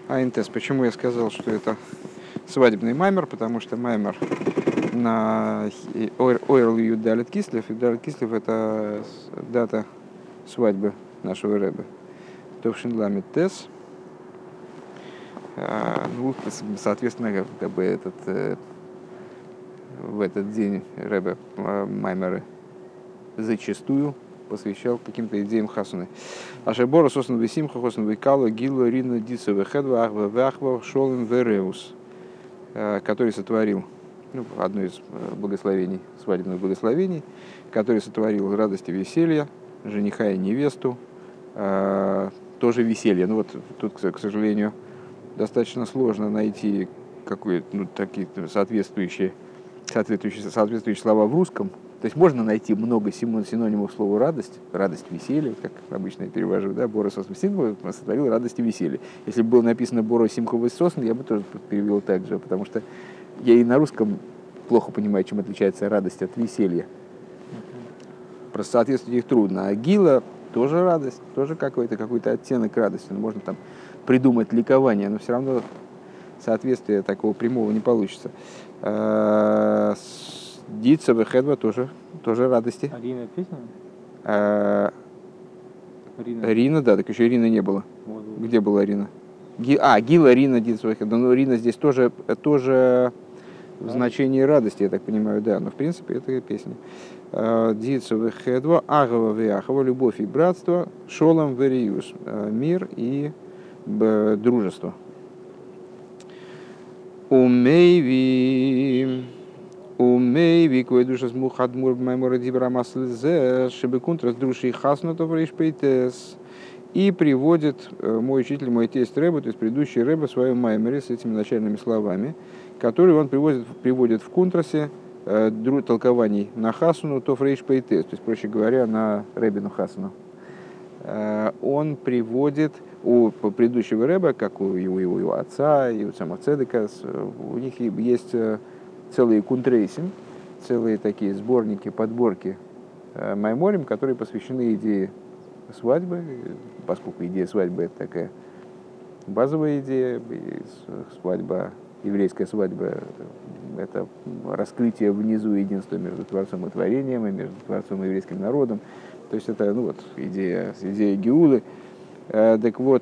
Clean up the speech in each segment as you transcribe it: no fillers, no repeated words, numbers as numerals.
Айнтес. Почему я сказал, что это свадебный маймер? Потому что маймер на Ойрл Юдалит Кислев. Юдалит Кислев — это дата свадьбы нашего рэбе. Товшин Ламит Тес. Ну, соответственно, как бы в этот день рэбе маймеры зачастую посвящал каким-то идеям хасуны. Ашебора сосн висимха хосн выкала гилу рина дицеве хедва ахва вахва шолен вереус, который сотворил, одно из благословений, свадебных благословений, который сотворил радость и веселье, жениха и невесту, тоже веселье. Ну вот тут, к сожалению, достаточно сложно найти такие соответствующие слова в русском. То есть можно найти много синонимов слова радость, веселье, как обычно я перевожу, да, Бора Сосн Симха сотворил радость и веселье. Если бы было написано Бора Симха Сосн, я бы тоже перевел так же, потому что я и на русском плохо понимаю, чем отличается радость от веселья. Просто соответствовать их трудно. А гила тоже радость, тоже какой-то оттенок радости. Можно там придумать ликование, но все равно соответствия такого прямого не получится. Дица Вехедва тоже радости. А Рина песня? Рина, да, так еще Рина не было. Вот. Где была Рина? Гила, Рина, Дица Вехедва. Но Рина здесь тоже в значении радости, я так понимаю, да. Но в принципе это песня. Дица Вехедва, Агава Веахова, любовь и братство, Шолом Вериус, мир и дружество. Умейви, кое душа смухадмур маймора дибрамаслзе, шебекунтрас души хаснутов рейшпейтес. И приводит мой учитель, мой тесть Рэбе, то есть предыдущий Рэбе, в своем маймере с этими начальными словами, которые он приводит в контрасе толкований на хасуну тов рейшпейтес, то есть, проще говоря, на Рэбину хасуну. Он приводит у предыдущего Рэбе, как у его отца и у самого Цедека, у них есть целые кунтрейсим, целые такие сборники, подборки майморим, которые посвящены идее свадьбы, поскольку идея свадьбы — это такая базовая идея, еврейская свадьба — это раскрытие внизу единства между Творцом и Творением, и между Творцом и еврейским народом. То есть это идея Геулы. Так вот,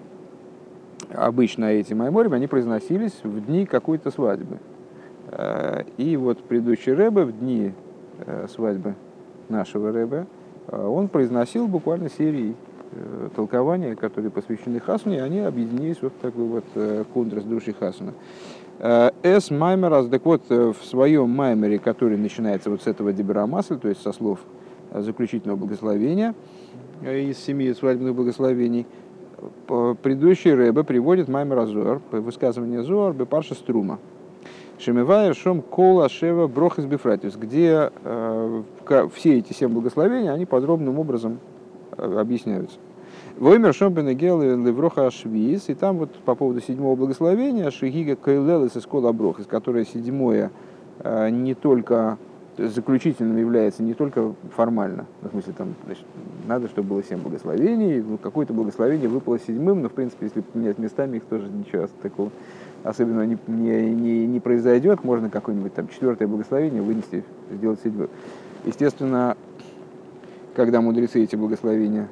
обычно эти майморим, они произносились в дни какой-то свадьбы. И вот предыдущий Рэбе в дни свадьбы нашего Рэбе, он произносил буквально серии толкования, которые посвящены хасуне, и они объединились в такой контрас души хасуна. Эс маймерас, так вот, в своем маймере, который начинается с этого дибрамасля, то есть со слов заключительного благословения из 7 свадебных благословений, предыдущий Рэбе приводит маймер Азоар, высказывание Зоар бепарша струма. Шемевая шом кола шева брохес бифратис, где все эти 7 благословений, они подробным образом объясняются. Воймер шом бенегел левроха ашвиис, и там по поводу 7-го благословения шигига кайлелес из кола брохес, которое 7-е не только заключительным является не только формально, в смысле, надо, чтобы было 7 благословений, какое-то благословение выпало 7-м, но в принципе, если поменять местами, их тоже ничего такого особенно не произойдет, можно какое-нибудь 4-е благословение вынести, сделать 7-м. Естественно, когда мудрецы эти благословения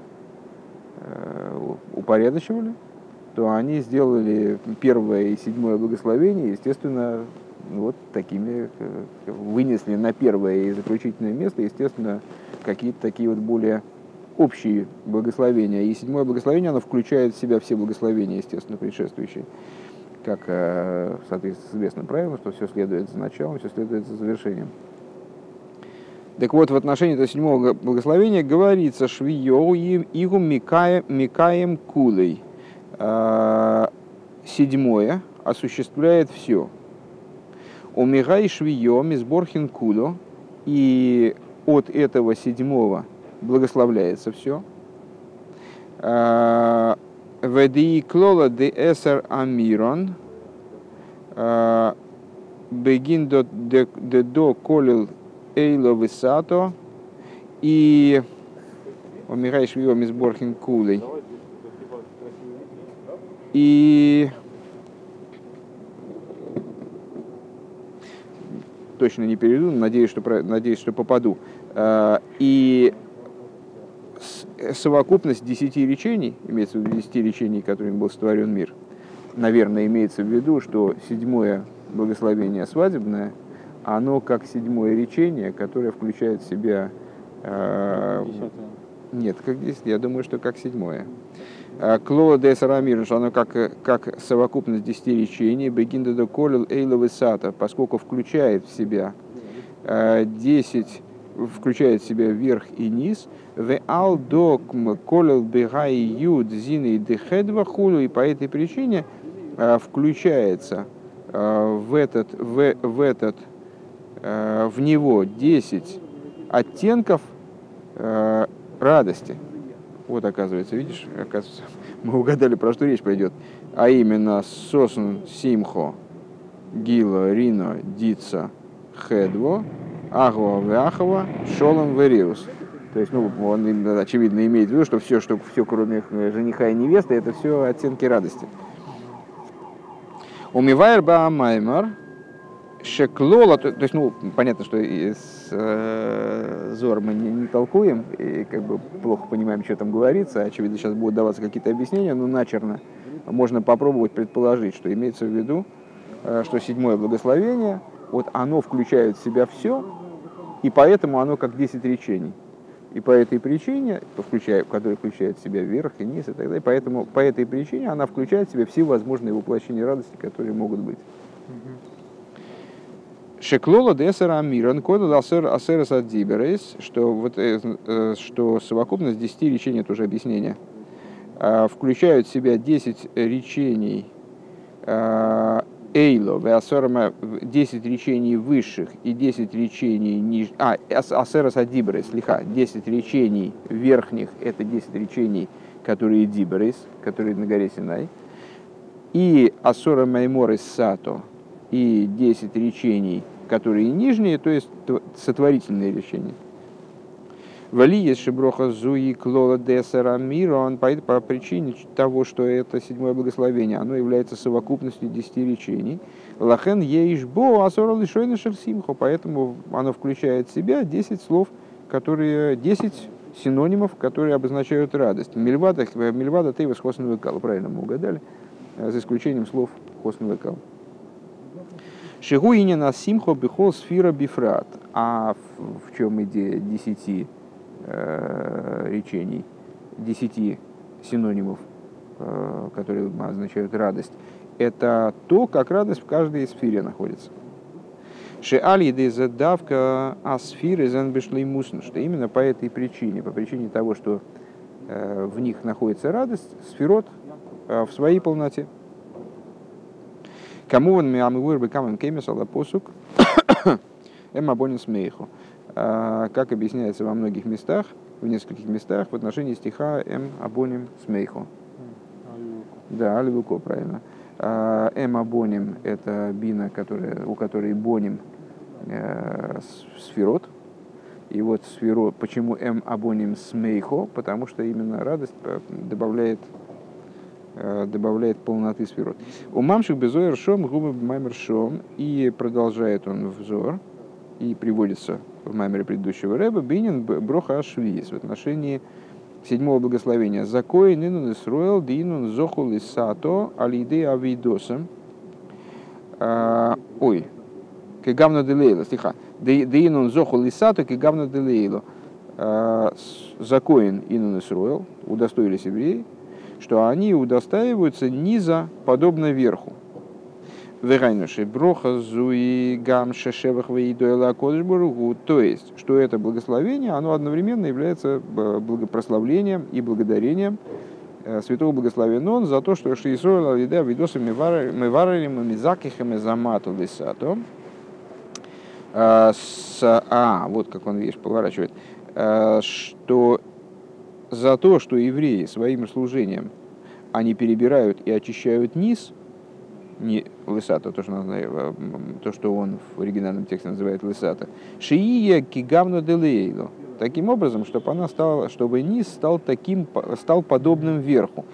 упорядочивали, то они сделали 1-е и 7-е благословение, естественно, такими вынесли на 1-е и заключительное место, естественно, какие-то такие более общие благословения. И 7-е благословение, оно включает в себя все благословения, естественно, предшествующие. Как в соответствии с известным правилом, что все следует за началом, все следует за завершением. Так вот, в отношении этого 7-го благословения говорится «Швиё игу микаем кулей». 7-е осуществляет все. «Омигай швиё мизборхин куло». И от этого 7-го благословляется все. Веди клола де эсер амирон бегин до колил эйло висато и омирай швио мизборхин кулей. И точно не переведу, надеюсь, что попаду. И совокупность 10 речений, имеется в виду 10 речений, которыми был сотворен мир, наверное, имеется в виду, что седьмое благословение свадебное, оно как седьмое речение, которое включает в себя... Нет, как здесь, я думаю, что как седьмое. Клола де Сарамир, что оно как совокупность 10 речений, бегинда до колел эйла высата, поскольку включает в себя 10, включает в себя верх и низ, в алдокм колел бегай юд зины дехедва хулу, и по этой причине включается в него 10 оттенков радости. Вот, оказывается, видишь, мы угадали, про что речь пойдет. А именно сосн, симхо, гила, рино, дица, хедво, агва, вяхова, шолом, вериус. То есть, он, очевидно, имеет в виду, что все, кроме жениха и невесты, это все оттенки радости. Умивайр ба маймар, шеклола, то есть, понятно, что из Зор мы не толкуем, и как бы плохо понимаем, что там говорится. Очевидно, сейчас будут даваться какие-то объяснения, но начерно можно попробовать предположить, что имеется в виду, что седьмое благословение, вот оно включает в себя все, и поэтому оно как 10 речений. И по этой причине, которая включает в себя верх и низ и так далее, поэтому по этой причине она включает в себя все возможные воплощения радости, которые могут быть. Шеклола десера амиран кода асерас аддиберейс, что совокупность 10 речений, это уже объяснение, включают в себя 10 речений эйло, 10 речений высших и 10 речений нижних, асерас аддиберейс, 10 речений верхних, это 10 речений, которые диберейс, которые на горе Синай, и асора майморис сато, и 10 речений, которые нижние, то есть сотворительные речения. Вали есть шиброха зуи клола десера мирон, по причине того, что это седьмое благословение, оно является совокупностью 10 речений. Лахен еишбо асора лишойна шерсимхо, поэтому оно включает в себя 10 слов, 10 синонимов, которые обозначают радость. Мильвада тейвас хосн векал, правильно мы угадали, за исключением слов хосн векал. Шигуиня на симхо бихол сфира бифрат. А в чем идея 10 речений, 10 синонимов, которые означают радость? Это то, как радость в каждой сфере находится. Шеали дезадавка асфиры занбешлеймусн, что именно по этой причине, по причине того, что в них находится радость, сферот в своей полноте. Кому он миамуэр бекамэн кемесала посук эмабонин смейху. Как объясняется во многих местах, в нескольких местах, в отношении стиха эм абоним смейху. Да, аль-вуко, правильно. Эм абоним — это бина, у которой боним сферот. И вот сферот, почему эм абоним смейху? Потому что именно радость добавляет полноты сферот. У мамших безоер шом губы маймер шом, и продолжает он взор, и приводится в маймере предыдущего рэба бинин броха ашвиис в отношении седьмого благословения. Закой нинун исруэл динун зохул исато алиды авидосам. Кегавна делейло, стиха. Динун зохул исато кегавна делейло. Закоин инун исруэл, удостоились евреи, что они удостаиваются низа, подобно верху. Вегайнуши броха зуи гам шешевах веидуэла кодышбургу. То есть, что это благословение, оно одновременно является прославлением и благодарением святого благословенного он за то, что Шиисроэл алида видосами меварарим и мизакихами замату лисато. Вот как он, видишь, поворачивает. Что за то, что евреи своим служением они перебирают и очищают низ, не лысата, то, что он в оригинальном тексте называет лысата, шиия кигавно делейло, таким образом, чтобы низ стал подобным верху.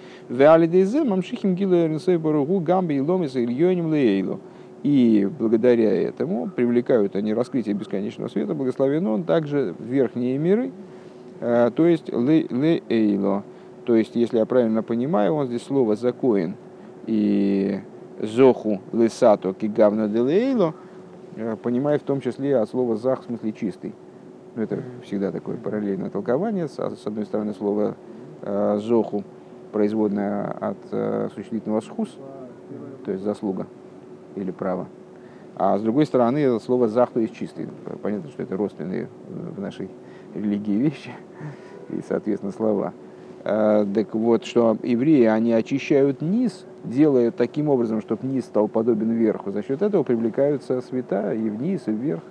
И благодаря этому привлекают они раскрытие бесконечного света, благословен он, также в верхние миры, то есть леэйло. То есть, если я правильно понимаю, он здесь слово «закоин» и «зоху лесато кигавна делейло» понимаю в том числе от слова «зах» в смысле «чистый». Это всегда такое параллельное толкование. С одной стороны, слово «зоху» производное от существительного «схус», то есть «заслуга» или право. А с другой стороны, слово «зах», то есть «чистый». Понятно, что это родственные в нашей религии вещи и, соответственно, слова. Так вот, что евреи, они очищают низ, делают таким образом, чтобы низ стал подобен верху. За счет этого привлекаются света и вниз, и вверх.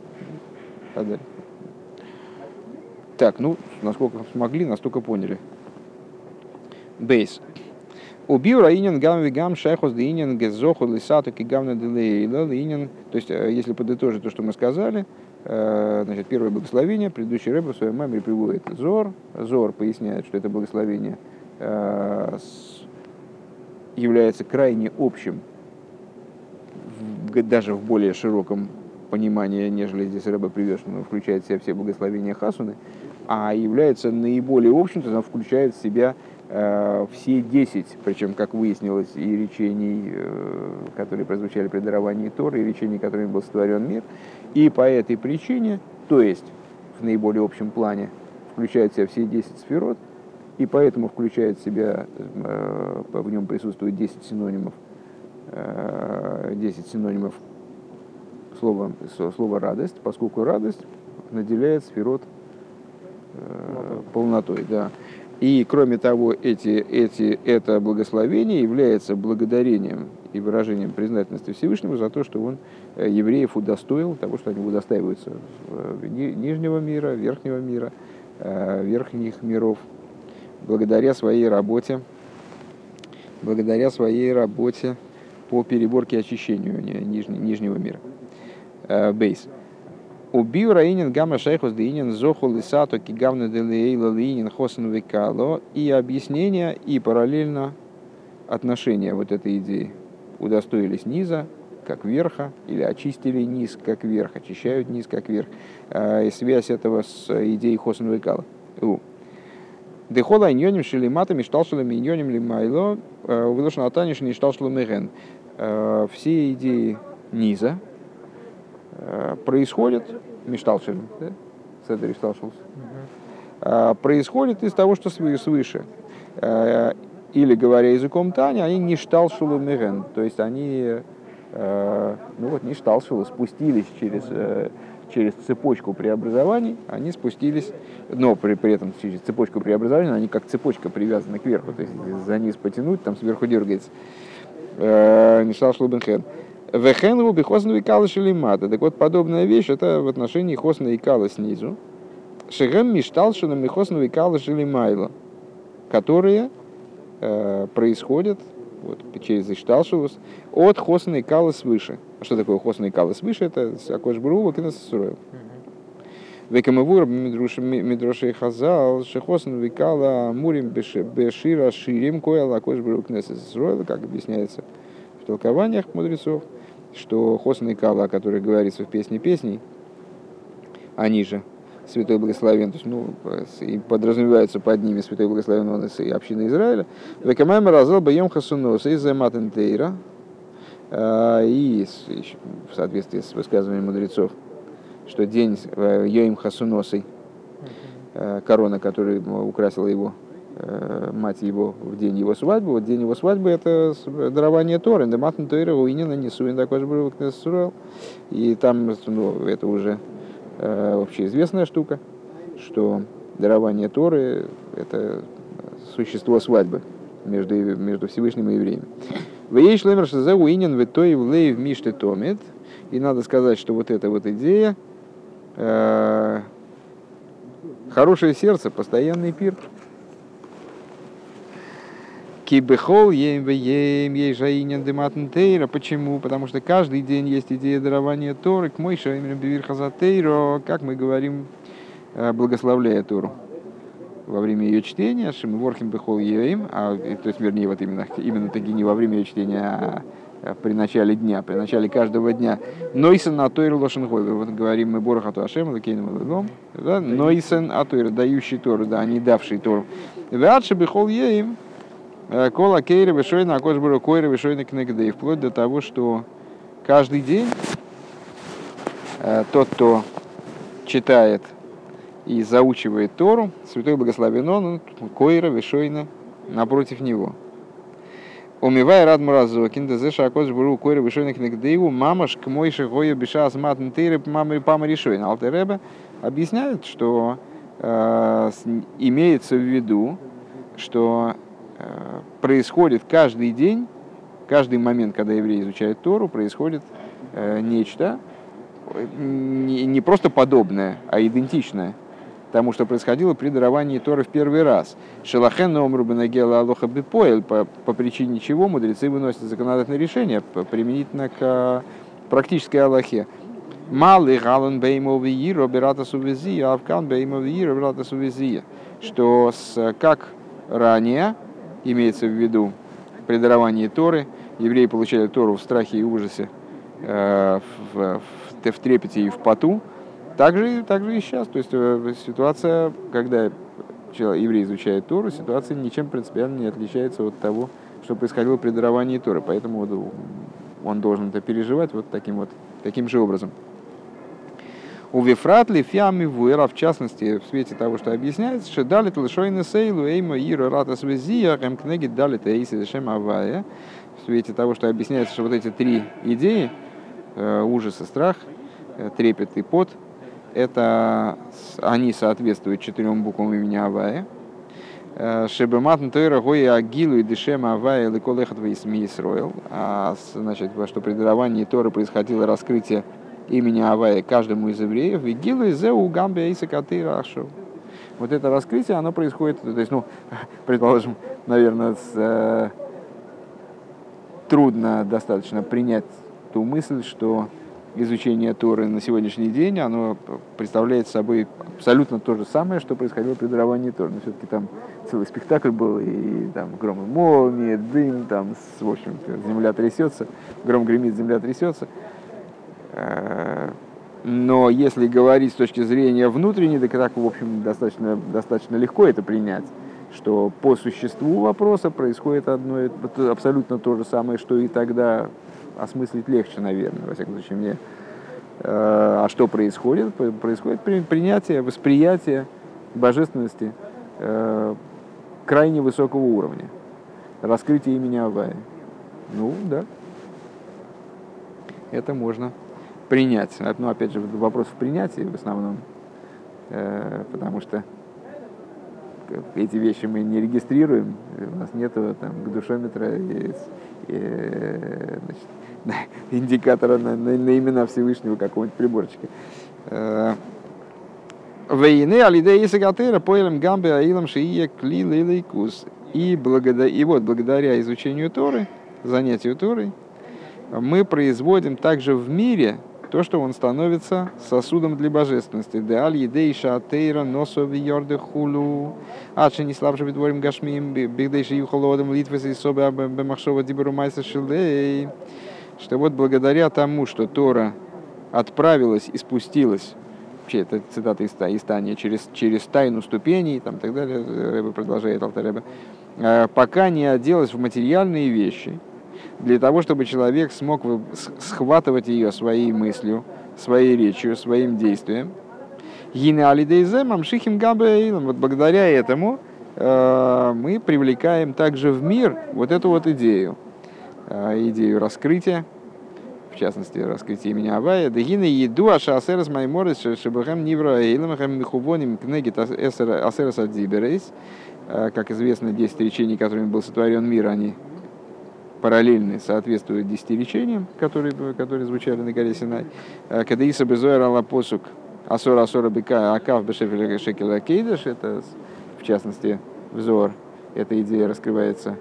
Так, насколько смогли, настолько поняли. Бейс. Убил раинен гам вигам шайхос деинен гезоху лисату кигамна делейла линен. То есть, если подытожить то, что мы сказали, значит, первое благословение, предыдущий рэб в своем меморе приводит Зор. Зор поясняет, что это благословение является крайне общим, даже в более широком понимании, нежели здесь рэб привез, что оно включает в себя все благословения Хасуны, а является наиболее общим, то есть оно включает в себя все 10, причем, как выяснилось, и речений, которые прозвучали при даровании Торы, и речений, которыми был сотворен мир. И по этой причине, то есть в наиболее общем плане, включает в себя все 10 сферот, и поэтому включает в себя, в нем присутствует 10 синонимов слова «радость», поскольку радость наделяет сферот полнотой. Да. И, кроме того, это благословение является благодарением и выражением признательности Всевышнему за то, что он евреев удостоил того, что они удостаиваются нижнего мира, верхнего мира, верхних миров, благодаря своей работе по переборке и очищению нижнего мира. Бейс. Убил раинен гамма шайхус деинен зоху лисато кигавна делейла линен хосен векало. И объяснение, и параллельно отношение вот этой идеи. Удостоились низа, как верха, или очистили низ, как верх, очищают низ, как верх. И связь этого с идеей хосен векало. Дехола иньоним шелимата мишталшалами иньоним лимайло вылошен атаниш ништалшаламеген. Все идеи низа происходит мишталшалем, да? Седер ишталшалс, происходит из того, что свыше. Или, говоря языком Тани, они ништалшаламеген, то есть они ништалшалу спустились через цепочку преобразований, они спустились, но при этом через цепочку преобразований они как цепочка привязаны кверху, то есть за низ потянуть, там сверху дергается. Ништалшалубенхен. Вехенру бихосну и кала шелимата. Так вот, подобная вещь, это в отношении хосна и кала снизу. Шегем мишталшина михосну и кала шелимайла, которые происходят через ишталшилус от хосна и кала свыше. А что такое хосна и кала свыше? Это акош брула кинес сроил. Векамавур мидрошей хазал шехосна викала мурим бешира ширим коэл акош брула кинес сроил, как объясняется в толкованиях мудрецов, что хосна и кала, о которых говорится в песне песней, они же Святой Благословен, то есть, и подразумевается под ними Святой Благословен, он и община Израиля. Векамайм разал бьем хасунос из матентейра, и в соответствии с высказыванием мудрецов, что день Йоим Хасуносой, корона, которая украсила его, мать его в день его свадьбы, вот день его свадьбы это дарование Торы, дематн Тойра уинена несуин такой же был в. И там это уже общеизвестная штука, что дарование Торы это существо свадьбы между Всевышним и евреями. И надо сказать, что вот эта вот идея, хорошее сердце, постоянный пир. Почему? Потому что каждый день есть идея дарования Торы, к Мойше, как мы говорим благословляя Тору во время ее чтения, Шимворхим Бехол Еим, то есть, вернее, вот именно таки не во время ее чтения, а при начале дня, при начале каждого дня. Нойсен Атойр Лошенгой, вот говорим мы Борохату Ашем, Лакейном Лыгом, Нойсен Атойр, дающий Тору, да, не давший Тору. Веадши Бехол Еим, Кола Кейра Вишойна, Акошбуру Койра Вишойна Кнегдей, вплоть до того, что каждый день тот, кто читает и заучивает Тору, святой благословен он, Койра, Вишойна, напротив него. Умивай рад муразокин, дезеша акош буру Койра, Вишойна Кнегдееву, мамаш к мойши гою биша азматн тейры пама решойна. Алтеребе объясняет, что имеется в виду, что происходит каждый день, каждый момент, когда еврей изучает Тору, происходит нечто не просто подобное, а идентичное тому, что происходило при даровании Торы в первый раз. Шелахен номру бенагела алоха бипоэль, по причине чего мудрецы выносят законодательное решение применительно к практической аллахе. Малый галан беймови иро берата сувезия, авкан беймови иро берата сувезия. Что как ранее, имеется в виду при даровании Торы, евреи получали Тору в страхе и ужасе, в трепете и в поту, также и сейчас. То есть ситуация, когда еврей изучает Тору, ситуация ничем принципиально не отличается от того, что происходило при даровании Торы. Поэтому он должен это переживать вот таким же образом. У Вифратли фиами вуэра, в частности, в свете того, что объясняется, что далит лишойны сейлу эйма иру рата свезия кнеги далит эйси шем авая, в свете того, что объясняется, что вот эти три идеи, ужас и страх, трепет и пот, это они соответствуют 4 буквам имени Авая. Шебематн тойра гоя агилу и дешем Авая леколехат вейсми Исроил. Значит, что при даровании Торы происходило раскрытие имени Авая каждому из евреев. И гилу и зеу гамбе эйсакаты рашо. Вот это раскрытие, оно происходит, то есть, предположим, наверное, трудно достаточно принять ту мысль, что изучение Торы на сегодняшний день, оно представляет собой абсолютно то же самое, что происходило при даровании Торы. Но все-таки там целый спектакль был, и там гром и молнии, дым, там, в общем, земля трясется, гром гремит, земля трясется. Но если говорить с точки зрения внутренней, так, в общем, достаточно легко это принять, что по существу вопроса происходит абсолютно то же самое, что и тогда. Осмыслить легче, наверное, во всяком случае мне. А что происходит? Происходит принятие, восприятие божественности крайне высокого уровня. Раскрытие имени Авая. Да. Это можно принять. Но опять же, вопрос в принятии в основном. Потому что эти вещи мы не регистрируем. У нас нет там гдушометра индикатора на имена Всевышнего какого-нибудь приборчика. Вейны алидей исагатера поэлем гамбе аилам шиия кли лилейкус. И вот благодаря изучению Торы, занятию Торой, мы производим также в мире то, что он становится сосудом для божественности. Де аль едей шатейра носови йорде хулу. Аче не слабше битворим гашмим, бигдейши юхолодом литвес и собе бемахшова диберу майса шилей. Что вот благодаря тому, что Тора отправилась и спустилась, вообще это цитата из Тани, через тайну ступеней, там, так далее, Ребе продолжает, Алтер Ребе, пока не оделась в материальные вещи, для того, чтобы человек смог схватывать ее своей мыслью, своей речью, своим действием. Вот благодаря этому мы привлекаем также в мир вот эту вот идею раскрытия, в частности, раскрытие имени Авая. Дагина еду ашасерас майморис шебахем нивра эйлэмхэм михувоним кнегит асерас адзиберейс. Как известно, 10 речений, которыми был сотворен мир, они параллельны, соответствуют 10 речениям, которые звучали на горе Синай. Кадаиса безоэр ала посук асора бека акав бешефеля шекела кейдаш, это, в частности, взор, эта идея раскрывается,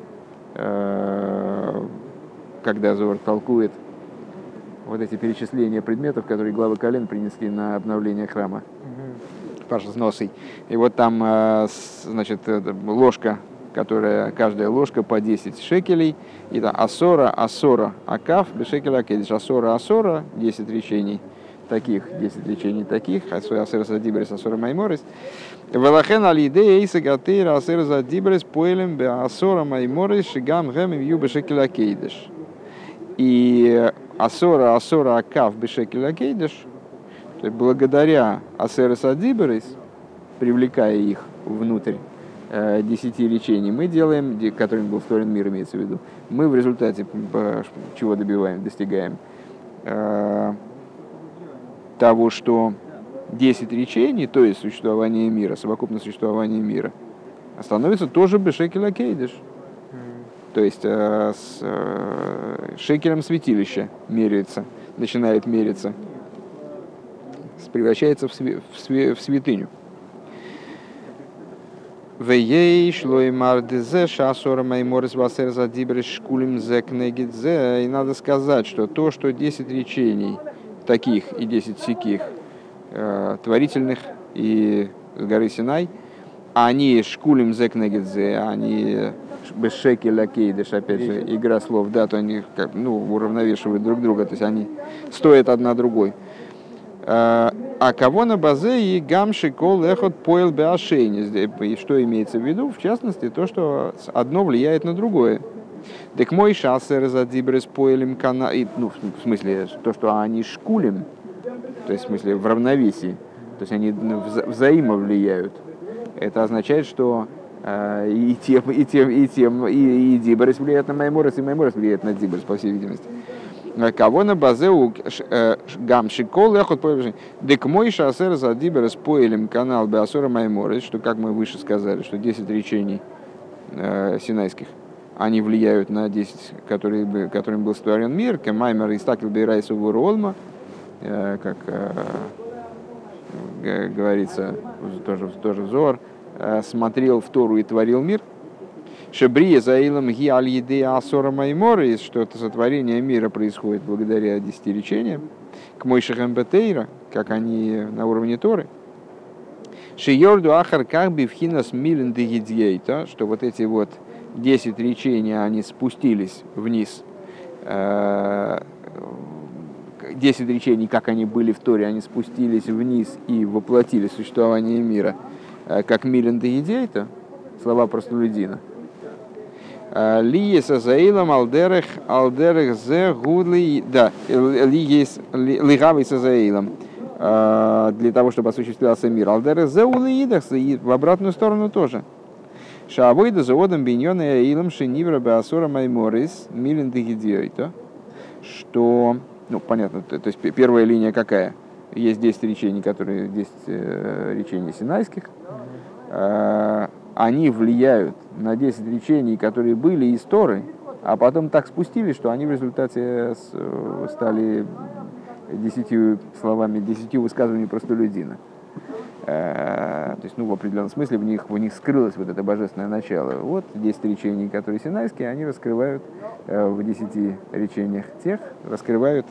когда Зоар толкует вот эти перечисления предметов, которые главы колен принесли на обновление храма. Паша с носой. И вот там, значит, ложка, каждая ложка по 10 шекелей. И там асора, акав, бешекеля акедиш. Асора, 10 речений таких, 10 речений таких. Асора задибрис, асора майморис. Велахен алидея иса гатейра асора задибрис поэлем бе асора майморис шигам гэм ю бешекеля акедиш. И асора, акав, бешекеля акедиш. То есть благодаря Асерес Адиберис, привлекая их внутрь 10 речений, мы делаем, которым был вторен мир, имеется в виду, мы в результате чего достигаем того, что 10 речений, то есть существование мира, совокупное существование мира, становится тоже бешекеля кейдиш. То есть с шекелем святилища меряется, начинает мериться, превращается в святыню. И надо сказать, что то, что 10 речений таких и 10 сяких, творительных и с горы Синай, они шкулим зекнегидзе, они без шекеля кейдеш, опять же, игра слов, да, то они уравновешивают друг друга, то есть они стоят одна другой. А кого на базе и гамши кол эхот поэл беашейни. И что имеется в виду? В частности, то, что одно влияет на другое. Так мой шассер задибрес поэлем кана. Ну, в смысле, то, что они шкулем, то есть в смысле в равновесии, то есть они взаимовлияют. Это означает, что и дибрес влияет на майморес, и майморес влияет на дибрес, по всей видимости. Кого на базе у гамшикол эхот поэлем. Дек мой шассер задибрес поэлем канал беасора майморес, что, как мы выше сказали, что 10 речений синайских, они влияют на 10, которым был створен мир, кемаймер истакил бейрайсу вуролма, как говорится, тоже взор, смотрел в Тору и творил мир. Шебрия заилом ги аль-еде асора майморис, что это сотворение мира происходит благодаря 10 речениям, к мойшехам бетейра, как они на уровне Торы. Шейорду ахар как бивхинас милен дегидьейта, что вот эти вот 10 речений, они спустились вниз. 10 речений, как они были в Торе, они спустились вниз и воплотили существование мира, как милен дегидьейта, слова простолюдина. Лиеса заилом алдерех зе гудли, да, лигависа заилом, для того, чтобы осуществлялся мир. Алдерех зе улиидах, и в обратную сторону тоже. Шаавойда заводом биньона и аилом шенивра беасора майморис милен дегидьейта, что, ну, понятно, то есть первая линия какая? Есть 10 речений, 10 речений синайских, они влияют на 10 речений, которые были из Торы, а потом так спустились, что они в результате стали 10 словами, 10 высказываниями простолюдина. То есть, в определенном смысле в них скрылось вот это божественное начало. Вот 10 речений, которые синайские, они раскрывают в 10 речениях тех, раскрывают,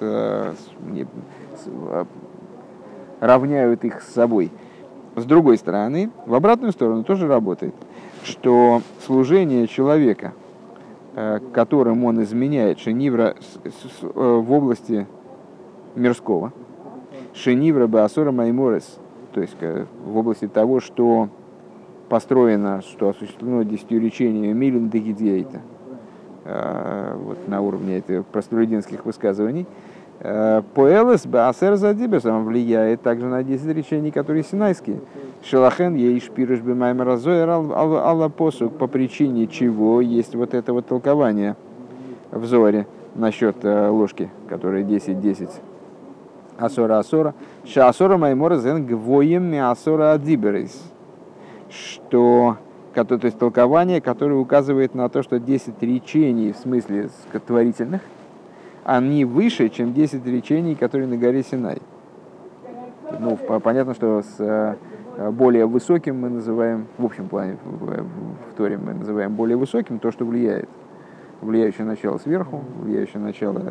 равняют их с собой. С другой стороны, в обратную сторону тоже работает, что служение человека, которым он изменяет, шенивра в области мирского, шенивра беасора майморес, то есть в области того, что построено, что осуществлено 10 речениями милен дегидьейта, вот на уровне этих простолюдинских высказываний, Поэлес беасер задибес, он влияет также на 10 речений, которые синайские. Шелахен ей шпирыш бемаймер азоэр алла посук, по причине чего есть вот это вот толкование в Зоре насчет ложки, которая 10-10. Асора. Шаасора маймора зен гвоем миасора адиберис. Что, то есть толкование, которое указывает на то, что 10 речений, в смысле творительных, они выше, чем 10 речений, которые на горе Синай. Ну, понятно, что с более высоким мы называем, в общем плане, в Торе мы называем более высоким то, что влияет. Влияющее начало сверху, влияющее начало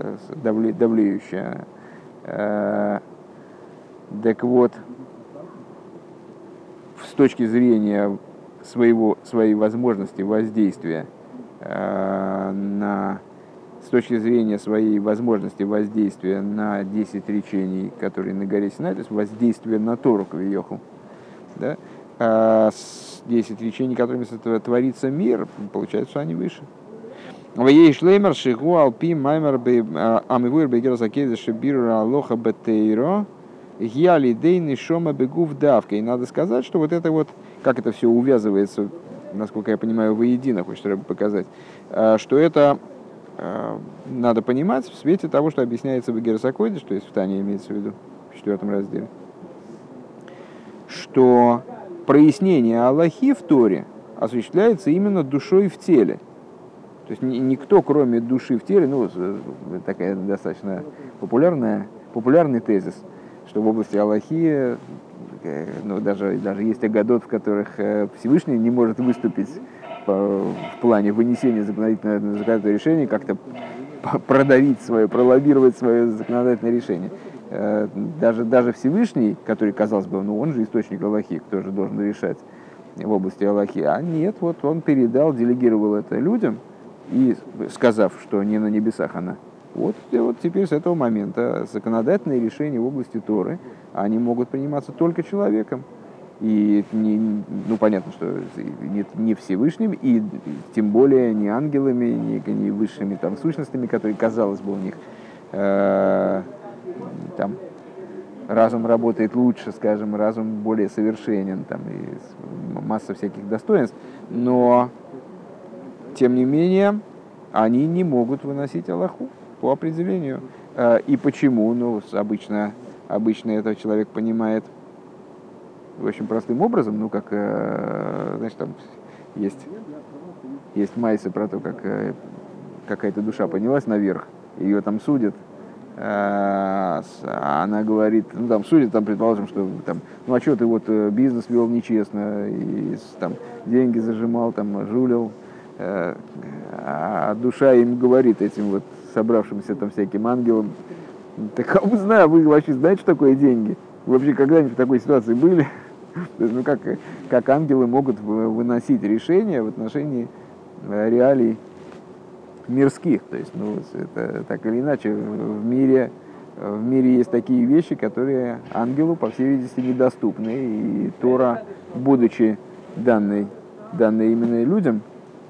давлеющее. Так вот, с точки зрения своей возможности воздействия с точки зрения своей возможности воздействия на 10 речений, которые на горе Синай, то есть воздействие на Тору Кавиоху, да, 10 речений, которыми творится мир, получается, что они выше. Вей шлеймер шигу алпи маймер амивур бегер закеда шибира алоха бетейро гьяли дейны шома бегу в давке. И надо сказать, что вот это вот, как это все увязывается, насколько я понимаю, воедино, хочет Рэбе показать, что это надо понимать в свете того, что объясняется в Герасакоиде, что есть в Тане, имеется в виду, в 4 разделе, что прояснение Аллахи в Торе осуществляется именно душой в теле. То есть никто, кроме души в теле, ну, такая достаточно популярный тезис, что в области Аллахи, ну, даже есть агадот, в которых Всевышний не может выступить в плане вынесения законодательного решения, как-то пролоббировать свое законодательное решение. Даже Всевышний, который, казалось бы, ну он же источник Аллахи, кто же должен решать в области Аллахи, а нет, вот он делегировал это людям, и сказав, что не на небесах она. Вот теперь с этого момента законодательные решения в области Торы, они могут приниматься только человеком. И понятно, что не Всевышним, и тем более не ангелами, не высшими там сущностями, которые, казалось бы, у них там разум работает лучше, скажем, разум более совершенен, там, и масса всяких достоинств, но тем не менее они не могут выносить Аллаху по определению. И почему? Ну, обычно этот человек понимает очень простым образом, ну, как, знаешь, там есть майса про то, как какая-то душа поднялась наверх, ее там судят, она говорит, ну, там судят, там, предположим, что там, ну, а что ты вот бизнес вел нечестно, и там деньги зажимал, там, жулил, а душа им говорит, этим вот собравшимся там всяким ангелам, так, а вы вообще знаете, что такое деньги? Вы вообще когда-нибудь в такой ситуации были? То есть, ну, как ангелы могут выносить решения в отношении реалий мирских. То есть, ну, это так или иначе, в мире есть такие вещи, которые ангелу, по всей видимости, недоступны. И Тора, будучи данной именно людям.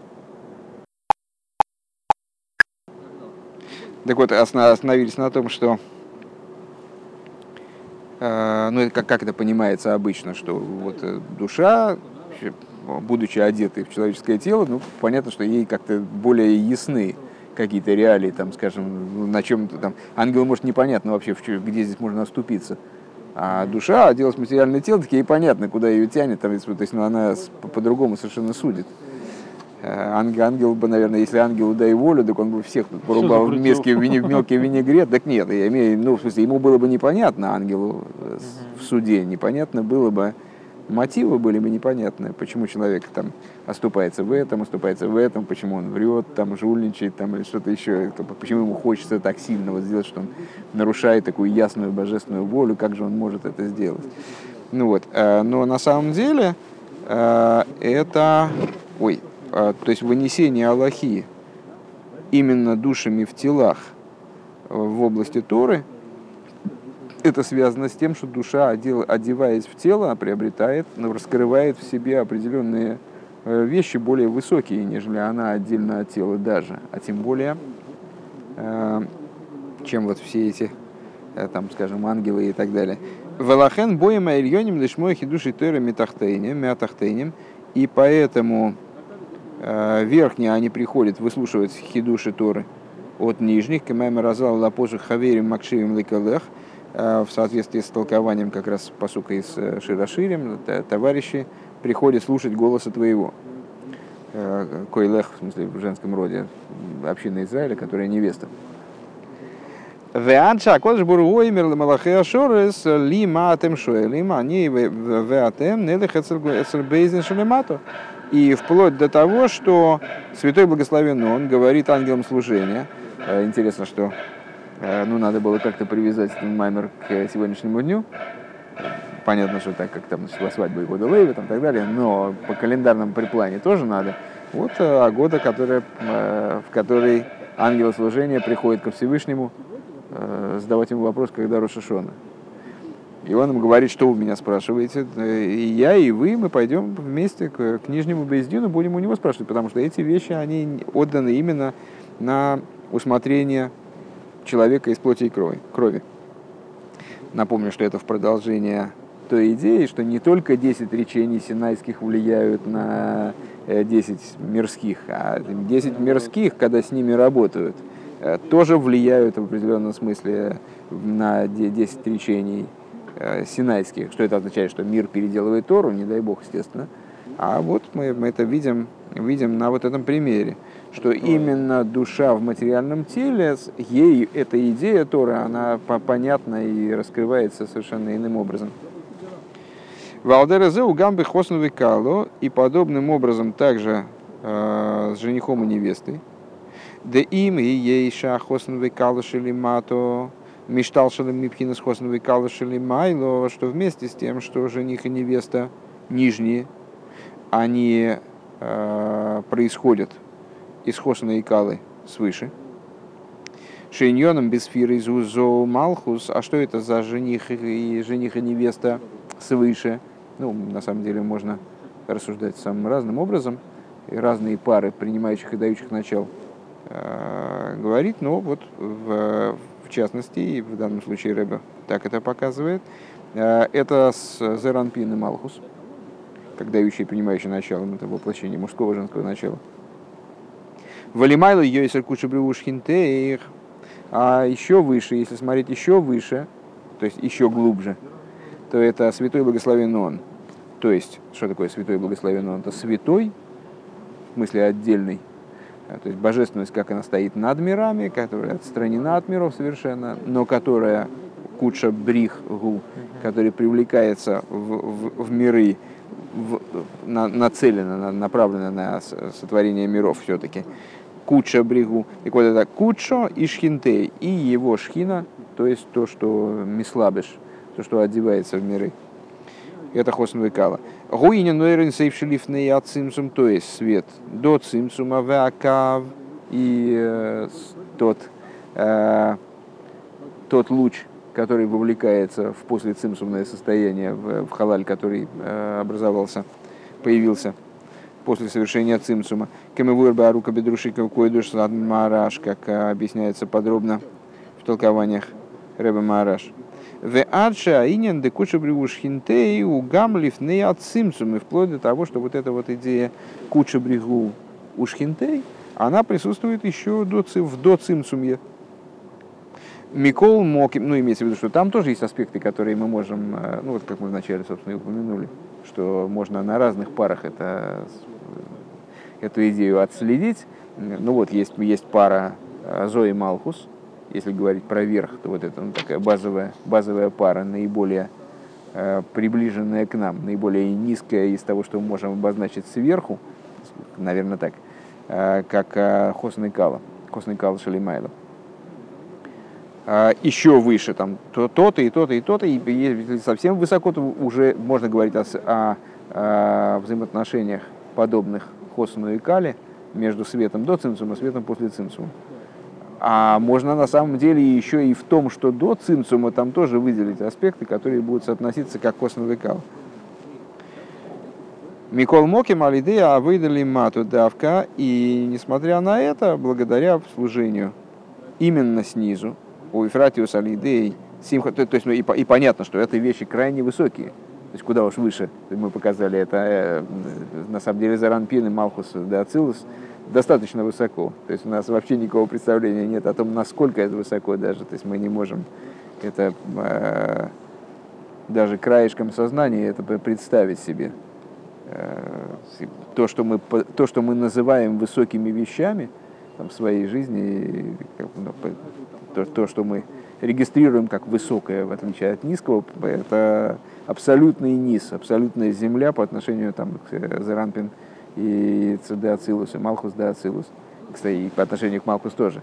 Так вот, остановились на том, что ну, как это понимается обычно, что вот душа, будучи одетой в человеческое тело, ну, понятно, что ей как-то более ясны какие-то реалии, там, скажем, на чем-то там. Ангелу, может, непонятно вообще, где здесь можно оступиться. А душа оделась в материальное тело, так ей понятно, куда ее тянет, там, то есть, ну, она по-другому совершенно судит. Ангел бы, наверное, если ангелу дай волю, так он бы всех порубал в мелкий винегрет. Так нет, я имею, ну, в смысле, ему было бы непонятно, ангелу в суде непонятно было бы, мотивы были бы непонятны, почему человек там оступается в этом, почему он врет, там, жульничает, там, или что-то еще, почему ему хочется так сильно вот сделать, что он нарушает такую ясную божественную волю, как же он может это сделать. Ну вот, но на самом деле это... то есть вынесение Аллахи именно душами в телах в области Торы, это связано с тем, что душа, одеваясь в тело, приобретает, раскрывает в себе определенные вещи более высокие, нежели она отдельно от тела даже, а тем более, чем вот все эти, там, скажем, ангелы и так далее. Велахен боем ильоним лишмой хидуши Торы мятахтейним, и поэтому верхние они приходят выслушивать хидуши Торы от нижних, кемайма разал лапожих хаверим макшивим ликалех, в соответствии с толкованием как раз пасука из Широширим, товарищи приходят слушать голоса твоего. Койлех, в смысле в женском роде, община Израиля, которая невеста. Веанча кодж буруой мир малахея шорес ли маатем шуэлим они веатем нелех эцельбейзен шулемато. И вплоть до того, что Святой Благословен Он говорит ангелам служения. Интересно, что надо было как-то привязать этот маймер к сегодняшнему дню. понятно, что так, как там начала свадьба и года Леви, там, и так далее, но по календарному приплане тоже надо. Вот года, в которой ангелослужение приходит ко Всевышнему, задавать ему вопрос, когда Рош ха-Шана. И он им говорит, что вы меня спрашиваете. И я, и вы, мы пойдем вместе к нижнему бейс дину, будем у него спрашивать, потому что эти вещи, они отданы именно на усмотрение человека из плоти и крови. Напомню, что это в продолжение той идеи, что не только 10 речений синайских влияют на 10 мирских, а 10 мирских, когда с ними работают, тоже влияют в определенном смысле на 10 речений синайских. Что это означает? Что мир переделывает Тору, не дай бог, естественно. А вот мы это видим на вот этом примере, что именно душа в материальном теле, ей эта идея Торы, она понятна и раскрывается совершенно иным образом. Валдерезеу гамбы хосновый кало, и подобным образом также с женихом и невестой. Да им и ейша хосновый кало шелимато, миштал шелимипхина с хосновый кало шелимайло, что вместе с тем, что жених и невеста нижние, они происходят из хосной калы свыше. Шейньоном без фиры зузо малхус. А что это за жених и невеста свыше? Ну, на самом деле можно рассуждать самым разным образом. И разные пары принимающих и дающих начал говорит, но вот в частности, и в данном случае Ребе так это показывает, это с Зеранпин и Малхус, как дающие и принимающие началом, это воплощение мужского и женского начала. Валимайло йойсер кучебрюш хинтеих. А еще выше, если смотреть еще выше, то есть еще глубже, то это святой благословен он. То есть, что такое святой благословен он? Это святой, в смысле отдельный, то есть божественность, как она стоит над мирами, которая отстранена от миров совершенно, но которая куча брихгу, который привлекается в миры, нацелена, направлена на сотворение миров все-таки. Куча бригу. И вот это кучо и шхинтей, и его шхина, то есть то, что мислабиш, то, что одевается в миры. Это хосн векала. Гуиня нойрен сейфшелифней от цимсум, то есть свет до цимсума веакав, и тот луч, который вовлекается в после цимсумное состояние, в халаль, который образовался, появился после совершения цимсума. Кемевуэрба рука бедрушика койдуш мараш, как объясняется подробно в толкованиях Ребе Мараш. В адша инен де куча бригуш хинтей у гамлиф не от цимсум, и вплоть до того, что вот эта вот идея куча бригу ушхинтей, она присутствует еще в до цимсумье. Микол Моким, ну, имеется в виду, что там тоже есть аспекты, которые мы можем, ну, вот как мы вначале, собственно, и упомянули, что можно на разных парах эту идею отследить. Ну, вот есть пара Зои Малхус, если говорить про верх, то вот это такая базовая пара, наиболее приближенная к нам, наиболее низкая из того, что мы можем обозначить сверху, наверное, так, как Хосный Кала Шалимайла. Еще выше, там, то-то и то-то и то-то, и совсем высоко уже можно говорить о взаимоотношениях, подобных Хосну и Кале, между светом до цимсума и светом после цимсума. А можно на самом деле еще и в том, что до цимсума, там тоже выделить аспекты, которые будут соотноситься как Хосну и Кала. Микол Моким алидея выдали мату давка, и несмотря на это, благодаря служению именно снизу, у Ефратиус алидей симха, то есть, и понятно, что это вещи крайне высокие, то есть куда уж выше мы показали, это на самом деле Заранпин и Малхус де Ацилус достаточно высоко, то есть у нас вообще никакого представления нет о том, насколько это высоко даже, то есть мы не можем это даже краешком сознания это представить себе. То, что мы называем высокими вещами там, в своей жизни, то, что мы регистрируем как высокое, в отличие от низкого, это абсолютный низ, абсолютная земля по отношению там, к Заранпин и Де Ацилус, и Малхус Де Ацилус. Кстати, и по отношению к Малхус тоже.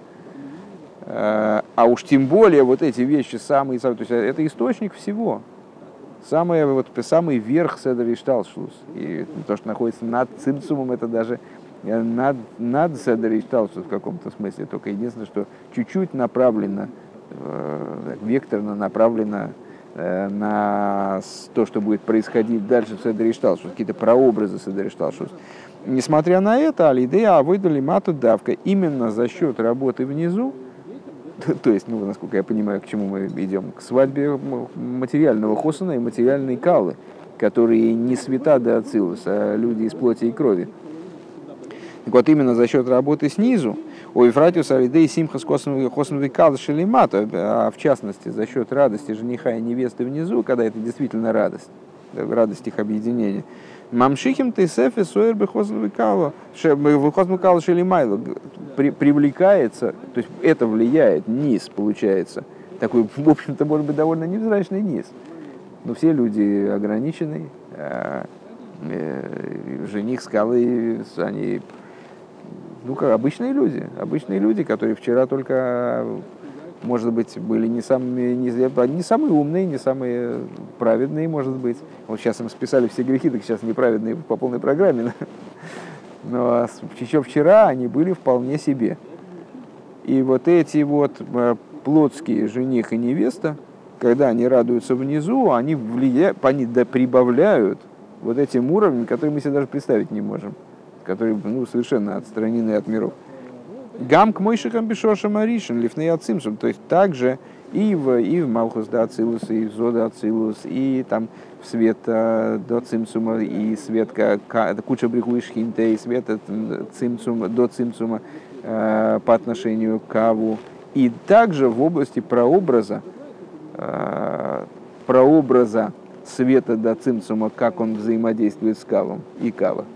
А уж тем более вот эти вещи самые, то есть это источник всего. самый верх Седер Ишталшус. И то, что находится над Цимцумом, это даже над Седер Ишталшус в каком-то смысле. Только единственное, что чуть-чуть направлено, векторно направлено на то, что будет происходить дальше в Седер Ишталшус, какие-то прообразы Седер Ишталшус. Несмотря на это, алидея авойдали мату давка именно за счет работы внизу, то есть, насколько я понимаю, к чему мы идем, к свадьбе материального хосана и материальной калы, которые не свята до ацилус, а люди из плоти и крови. Так вот, именно за счет работы снизу, у Ефратиус алидей симхас хосановый кал шелимата, а в частности за счет радости жениха и невесты внизу, когда это действительно радость их объединения. Мамшихим тейсефи соербы хосановый кал шелимайло привлекается, то есть это влияет, низ получается, такой, в общем-то, может быть, довольно невзрачный низ. Но все люди ограничены, жених скалы, они, как обычные люди, которые вчера только, может быть, были не самые умные, не самые праведные, может быть. Вот сейчас им списали все грехи, так сейчас неправедные по полной программе. Но еще вчера они были вполне себе. И вот эти плотские жених и невеста, когда они радуются внизу, они прибавляют вот этим уровнем, который мы себе даже представить не можем, которые совершенно отстранены от миров. Гам к мойшихам бешоша маришин лифней ацимсум, то есть также и в Малхус да Ацилус, и в Зода Ацилус, и там в свет до Цимцума, и свет Куча Бриху и Шхинте, и свет Цимцума, до Цимцума по отношению к Каву, и также в области прообраза света до Цимцума, как он взаимодействует с Кавом и Кава.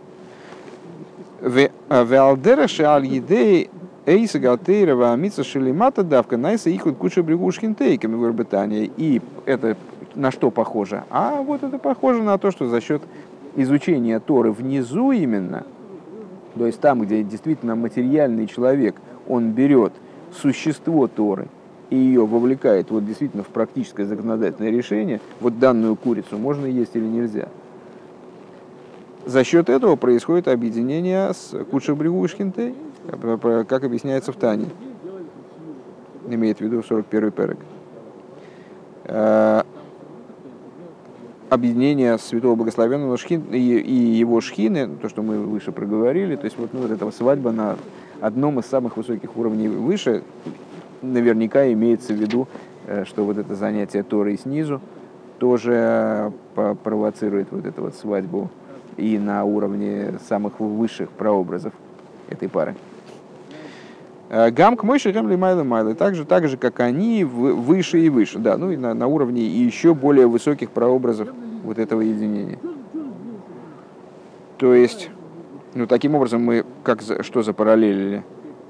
Веалдераши аль-едей эйса галтейрова амитса шелимата давка найса ихуд куча бригушкин тейками в Ирбитании. И это на что похоже? А вот это похоже на то, что за счет изучения Торы внизу именно, то есть там, где действительно материальный человек, он берет существо Торы и ее вовлекает действительно в практическое законодательное решение, данную курицу можно есть или нельзя. За счет этого происходит объединение с Кудшабригу и Шхинтей, как объясняется в Тане. Имеет в виду 41-й перек. Объединение Святого Благословенного и его Шхины, то, что мы выше проговорили, то есть эта свадьба на одном из самых высоких уровней выше, наверняка имеется в виду, что это занятие Торой снизу тоже провоцирует эту свадьбу и на уровне самых высших прообразов этой пары. Гамк мойши гамли майлы майлы, так же, как они, выше и выше, да, и на уровне еще более высоких прообразов этого единения. То есть, таким образом мы что запараллелили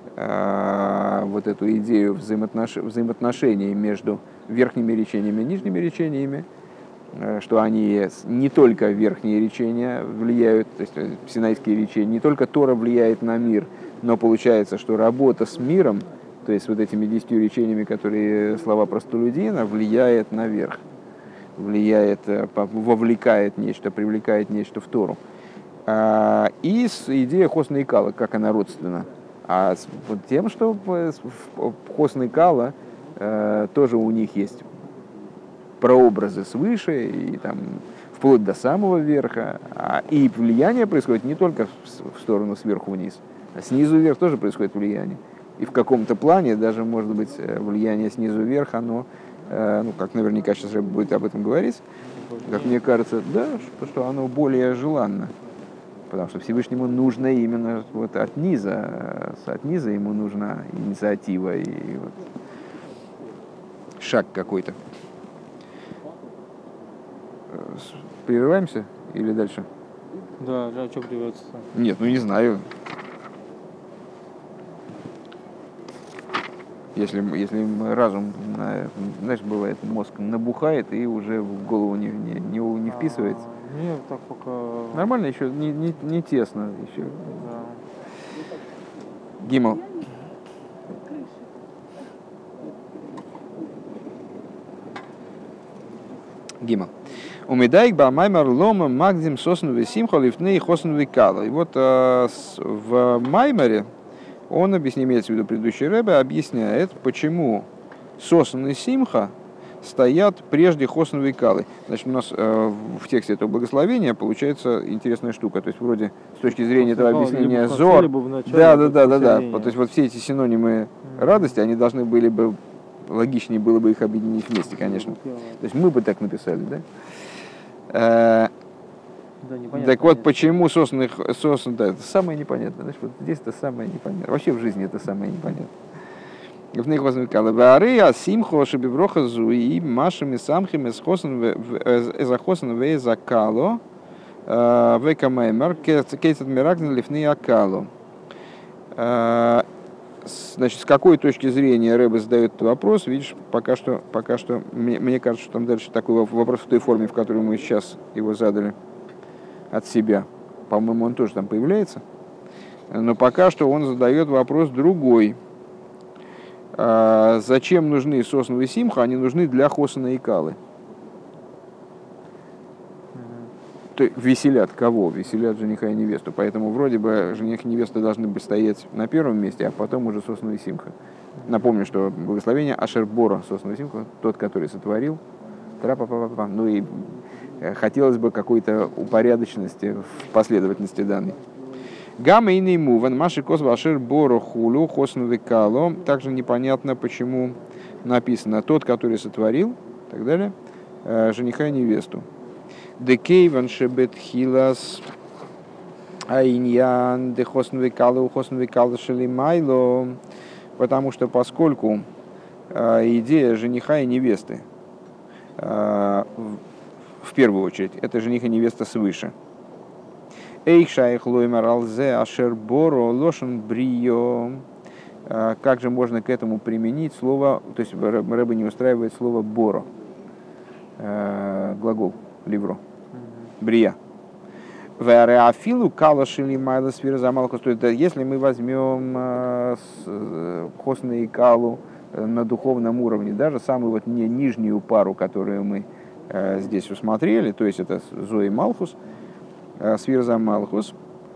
эту идею взаимоотношений между верхними речениями и нижними речениями, что они не только верхние речения влияют, то есть синайские речения, не только Тора влияет на мир, но получается, что работа с миром, то есть этими 10 речениями, которые слова простолюдина, влияет наверх, вовлекает нечто, привлекает нечто в Тору. И идея Хосна и Кала, как она родственна. А тем, что Хосна и Кала тоже у них есть прообразы свыше, и вплоть до самого верха. И влияние происходит не только в сторону сверху вниз, а снизу вверх тоже происходит влияние. И в каком-то плане даже, может быть, влияние снизу вверх, оно, как наверняка сейчас будет об этом говорить, как мне кажется, да, что оно более желанно. Потому что Всевышнему нужно именно от низа ему нужна инициатива и шаг какой-то. Прерываемся или дальше? Да, а что прерываться? Нет, не знаю. Если разум, знаешь, бывает, мозг набухает и уже в голову не вписывается. Нет, так пока... Нормально, еще не тесно. Еще. Да. Гимл. Гимал. Умидайк бамаймар лома магдим сосновый симха лифны и хосновый кала. И вот в Маймаре он объясняет, имеется в виду предыдущий Ребе, объясняет, почему сосн и симха стоят прежде хосновой калы. Значит, у нас в тексте этого благословения получается интересная штука. То есть, вроде, с точки зрения этого объяснения Зор. Да. То есть, вот все эти синонимы радости, они должны были бы, логичнее было бы их объединить вместе, конечно. То есть, мы бы так написали, да? Так вот, почему сосн, да, это самое непонятное. Значит, вот здесь это самое непонятное. Вообще в жизни это самое непонятное. В них возникало вары, а симхо шебивроха зуи машами самхими эзахосан везакало векамаймар кейсат миракн лифны акало. Значит, с какой точки зрения Ребе задает этот вопрос, видишь, пока что мне кажется, что там дальше такой вопрос в той форме, в которой мы сейчас его задали от себя. По-моему, он тоже там появляется. Но пока что он задает вопрос другой. Зачем нужны сосн и симха? Они нужны для хосана и калы. Веселят кого? Веселят жениха и невесту. Поэтому вроде бы жених и невеста должны бы стоять на первом месте, а потом уже сосн и симха. Напомню, что благословение Ашербора, сосн и симха, тот, который сотворил. Ну и хотелось бы какой-то упорядоченности в последовательности данной. Гамма и неймуван, маши косва Ашербора хулю, хосн и кало. Также непонятно, почему написано тот, который сотворил, и так далее, жениха и невесту. Декейван шебет хилас айньян де хосн викалу шелимайло, потому что поскольку идея жениха и невесты в первую очередь это жених и невеста свыше. Эйх шайх лоймар алзе ашерборо лошен брио. Как же можно к этому применить слово, то есть Ребе не устраивает слово боро, глагол ливро. Брия. Вареафилу калашили майла сфера замалку. Если мы возьмем хосна и калу на духовном уровне, даже самую вот нижнюю пару, которую мы здесь усмотрели, то есть это Зои Малхус, сфера замалхус,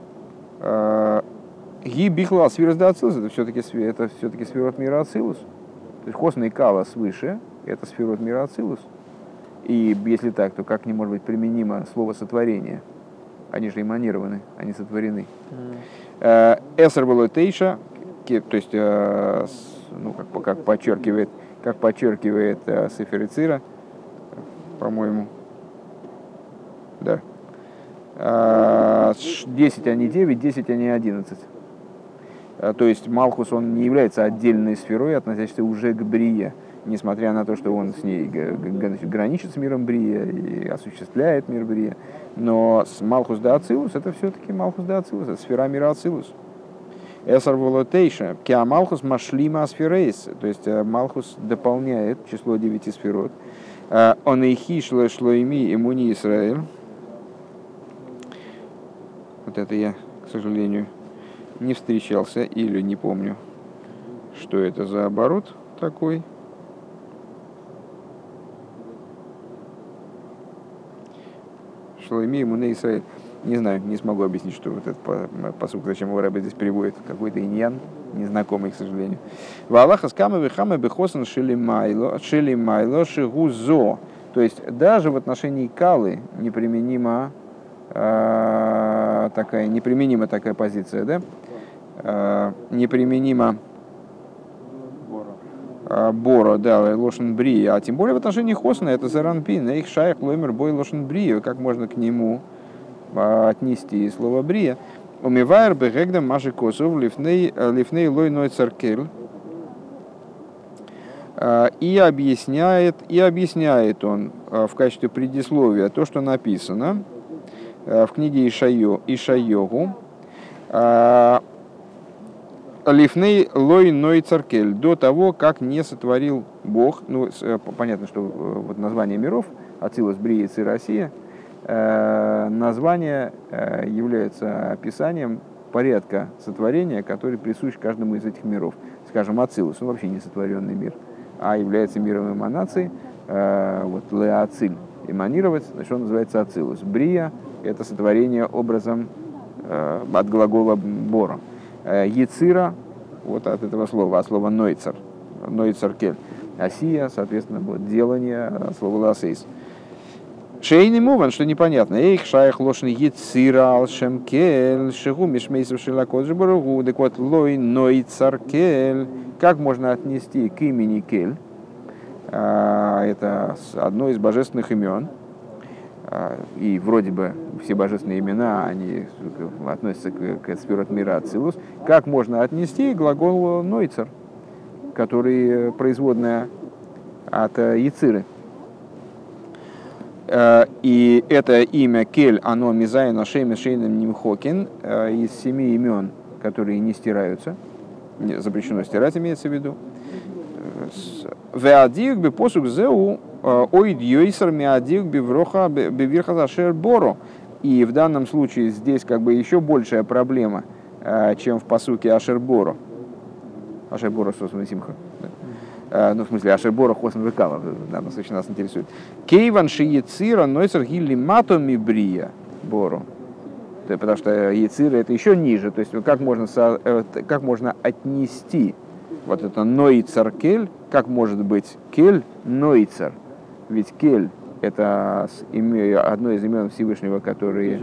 ги бихла сфера ацилус, это все-таки сферот мира ацилус. То есть хосна и кала свыше, это сферот мира ацилус. И если так, то как не может быть применимо слово сотворение? Они же эманированы, они сотворены. Эсер было тейша, то есть, ну, как подчеркивает Сефер Ицира, по-моему, да. 10, а не 9, 10, а не 11. То есть Малхус, он не является отдельной сферой, относящейся уже к Брие, несмотря на то, что он с ней граничит с миром Брия и осуществляет мир Брия. Но Малхус де Ацилус это все-таки Малхус де Ацилус, это сфера мира Ацилус. Эсар волотейша, кеа Малхус машлима асферейс, то есть Малхус дополняет число 9 сферот. Он и хишло шлоими имуни Исраэль. Вот это я, к сожалению, не встречался или не помню, что это за оборот такой. Шлоими имуни Исраэль. Не знаю, не смогу объяснить, что вот этот посук, зачем его Ребе здесь приводит, какой-то иньян, незнакомый, к сожалению. Валаха скама вихама бехосан шилимайло шигузо. То есть даже в отношении калы неприменима такая позиция, да? Неприменима Бора, да, лошен брия, а тем более в отношении хосна это заранпин, их шайх ломер бой лошен брия, как можно к нему отнести слово брия. Умивайр бегегдам маши косов лифней лой ной царкель. И объясняет он в качестве предисловия то, что написано в книге Ишайогу. Лифней лой ной царкель, до того, как не сотворил Бог. Ну, понятно, что вот название миров, Ацилус, Брия, Ци, Россия, название является описанием порядка сотворения, который присущ каждому из этих миров. Скажем, Ацилус, он вообще не сотворенный мир, а является миром эманации, вот Леоциль, эманировать, значит, он называется ацилус. Брия – это сотворение образом от глагола боро. Яцира – вот от этого слова, от слова нойцер, нойцер кель. Асия, соответственно, вот, делание от слова ласейс. Шейный муван, что непонятно. Эйх шаях лошный яцира алшем кель, шигу мишмейсов шилакот жбарагу, так вот лой нойцер кель. Как можно отнести к имени кель? Это одно из божественных имен. И вроде бы все божественные имена, они относятся к сферот мира ацилус. Как можно отнести к глаголу нойцер, который производная от яциры? И это имя кель, оно мизайна шейме шейным нимхокин, из 7 имен, которые не стираются, запрещено стирать, имеется в виду. Веадиюк би посук зеу ойд йойсер меадиюк би вроха бивирха зашер боро. И в данном случае здесь как бы еще большая проблема, чем в посуке Ашерборо. Ашерборо сосун симха. Ну, в смысле, Ашерборо хосн векала, в данном случае нас интересует. Кейван шиецира нойсер гилли матоми брия боро. Потому что яцира это еще ниже. То есть как можно отнести вот это нойцер кель, как может быть кель нойцер? Ведь кель это одно из имен Всевышнего, которые...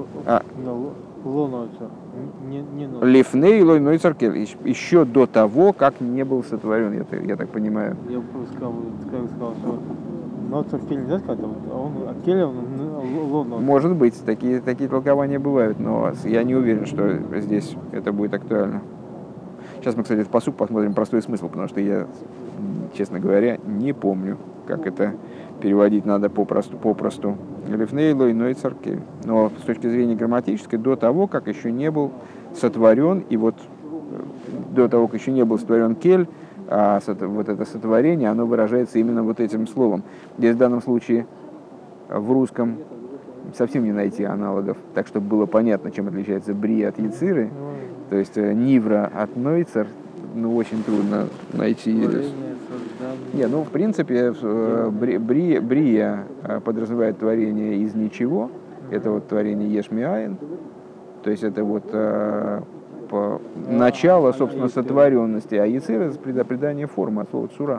Лифней лой нойцер кель. Еще до того, как не был сотворен, я так понимаю. Я бы сказал, что нойцер кель нельзя сказать, а он от келя лон. Может быть, такие толкования бывают, но я не уверен, что здесь это будет актуально. Сейчас мы, кстати, этот пасук посмотрим простой смысл, потому что я, честно говоря, не помню, как это переводить надо попросту. Лифнейлой, нойцер кель. Но с точки зрения грамматической, до того, как еще не был сотворен, и вот до того, как еще не был сотворен кель, вот это сотворение, оно выражается именно вот этим словом. Здесь в данном случае в русском совсем не найти аналогов, так чтобы было понятно, чем отличается брия от яциры. То есть нивра от нойцер, ну, очень трудно найти. Не, ну, в принципе, брия подразумевает творение из ничего. Это вот творение ешмиаин. То есть это вот начало, собственно, сотворенности. А яцира – это придание формы от слова цура.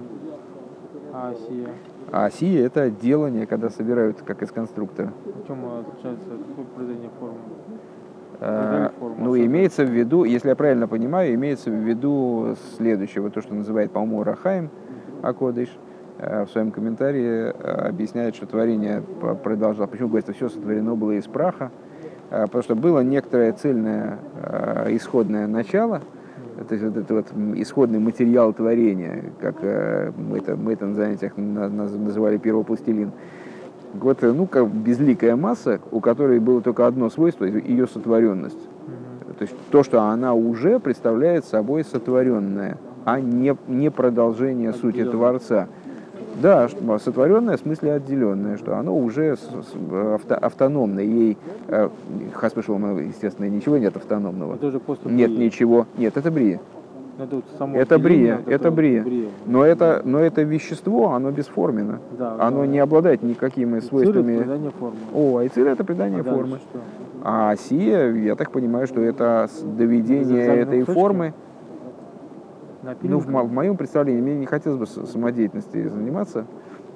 А асия – это делание, когда собирают, как из конструктора. В чем отличается придание формы? Ну, имеется в виду, если я правильно понимаю, имеется в виду следующее, вот то, что называет, по-моему, Рахаим Акодыш, в своем комментарии объясняет, что творение продолжало. Почему говорит, что все сотворено было из праха? Потому что было некоторое цельное исходное начало, то есть вот это вот исходный материал творения, как мы это на занятиях называли первопластилин. Вот, ну, как безликая масса, у которой было только одно свойство – ее сотворенность. То есть то, что она уже представляет собой сотворенное, а не продолжение сути Творца. Да, сотворенное в смысле отделенное, что оно уже автономное. Ей, естественно, ничего нет автономного. Нет ничего. Нет, это брия. Это брия, это брия. Но это вещество, оно бесформенно. Да, оно не обладает никакими свойствами. Айцир это придание формы. А асия, я так понимаю, что это доведение этой формы. Ну, в моем представлении, мне не хотелось бы самодеятельностью заниматься.